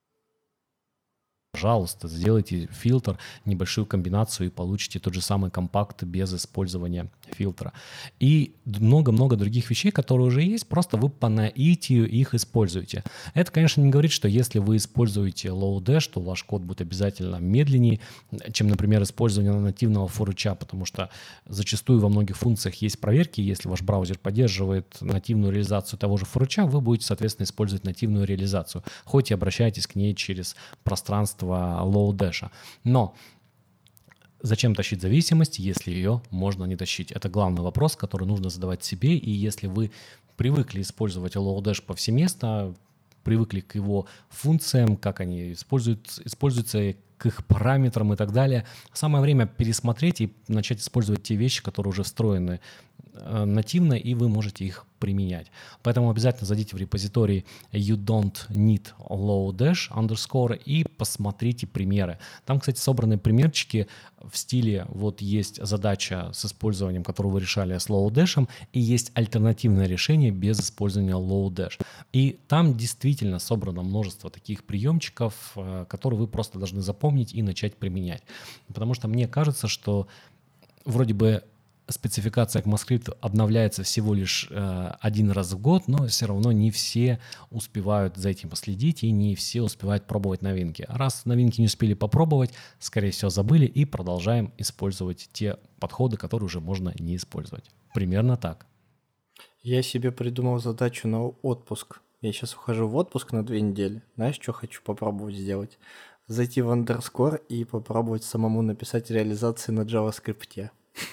пожалуйста, сделайте фильтр, небольшую комбинацию и получите тот же самый компакт без использования фильтра. И много-много других вещей, которые уже есть, просто вы по наитию их используете. Это, конечно, не говорит, что если вы используете low-dash, то ваш код будет обязательно медленнее, чем, например, использование нативного форуча, потому что зачастую во многих функциях есть проверки, если ваш браузер поддерживает нативную реализацию того же форуча, вы будете, соответственно, использовать нативную реализацию, хоть и обращаетесь к ней через пространство low-dash. Но зачем тащить зависимость, если ее можно не тащить? Это главный вопрос, который нужно задавать себе. И если вы привыкли использовать low-dash повсеместно, привыкли к его функциям, как они используются, к их параметрам и так далее, самое время пересмотреть и начать использовать те вещи, которые уже встроены нативно, и вы можете их применять. Поэтому обязательно зайдите в репозиторий You Don't Need low-dash underscore и посмотрите примеры. Там, кстати, собраны примерчики в стиле вот есть задача с использованием, которую вы решали с low-dash, и есть альтернативное решение без использования low-dash. И там действительно собрано множество таких приемчиков, которые вы просто должны запомнить и начать применять. Потому что мне кажется, что вроде бы спецификация ECMAScript обновляется всего лишь один раз в год, но все равно не все успевают за этим последить и не все успевают пробовать новинки. Раз новинки не успели попробовать, скорее всего забыли и продолжаем использовать те подходы, которые уже можно не использовать. Примерно так. Я себе придумал задачу на отпуск. Я сейчас ухожу в отпуск на 2 недели. Знаешь, что хочу попробовать сделать? Зайти в underscore и попробовать самому написать реализации на JavaScript.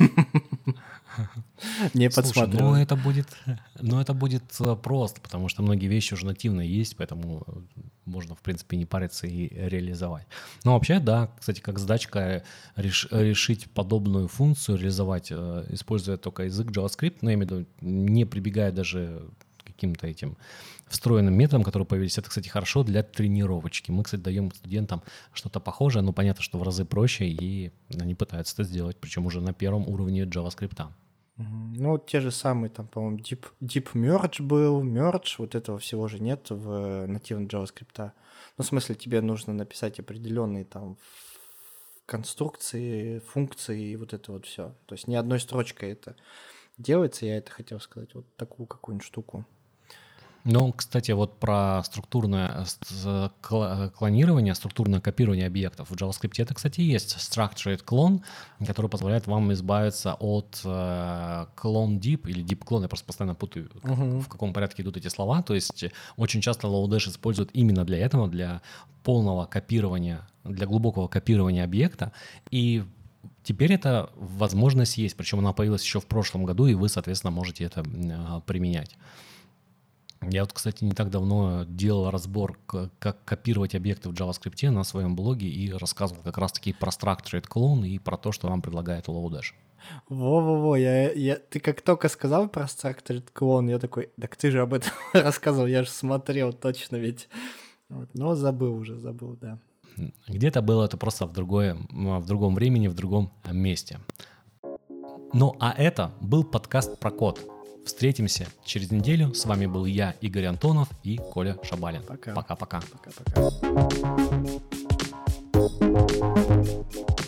Не подсматриваю. Ну это будет просто, потому что многие вещи уже нативно есть, поэтому можно, в принципе, не париться и реализовать. Но вообще, да, кстати, как задачка решить подобную функцию, реализовать, используя только язык JavaScript, но я имею в виду, не прибегая даже к каким-то этим встроенным методом, которые появились. Это, кстати, хорошо для тренировочки. Мы, кстати, даем студентам что-то похожее, но понятно, что в разы проще, и они пытаются это сделать, причем уже на первом уровне JavaScript. Ну, те же самые, там, по-моему, Deep Merge был, Merge, вот этого всего же нет в нативном JavaScript. Ну, в смысле, тебе нужно написать определенные там конструкции, функции и вот это вот все. То есть ни одной строчкой это делается, я это хотел сказать, вот такую какую-нибудь штуку. Ну, кстати, вот про структурное клонирование, структурное копирование объектов. В JavaScript это, кстати, есть structured clone, который позволяет вам избавиться от clone deep или deep clone. Я просто постоянно путаю, в каком порядке идут эти слова. То есть очень часто Lodash используют именно для этого, для полного копирования, для глубокого копирования объекта. И теперь эта возможность есть, причем она появилась еще в прошлом году, и вы, соответственно, можете это применять. Я вот, кстати, не так давно делал разбор, как копировать объекты в JavaScript на своем блоге и рассказывал как раз-таки про structured clone и про то, что вам предлагает Lodash. Во-во-во, ты как только сказал про structured clone, я такой, так ты же об этом рассказывал, я же смотрел точно ведь. Вот, но забыл, да. Где-то было это просто в другом времени, в другом месте. Ну, а это был подкаст про код. Встретимся через неделю. С вами был я, Игорь Антонов и Коля Шабалин. Пока. Пока-пока. Пока-пока.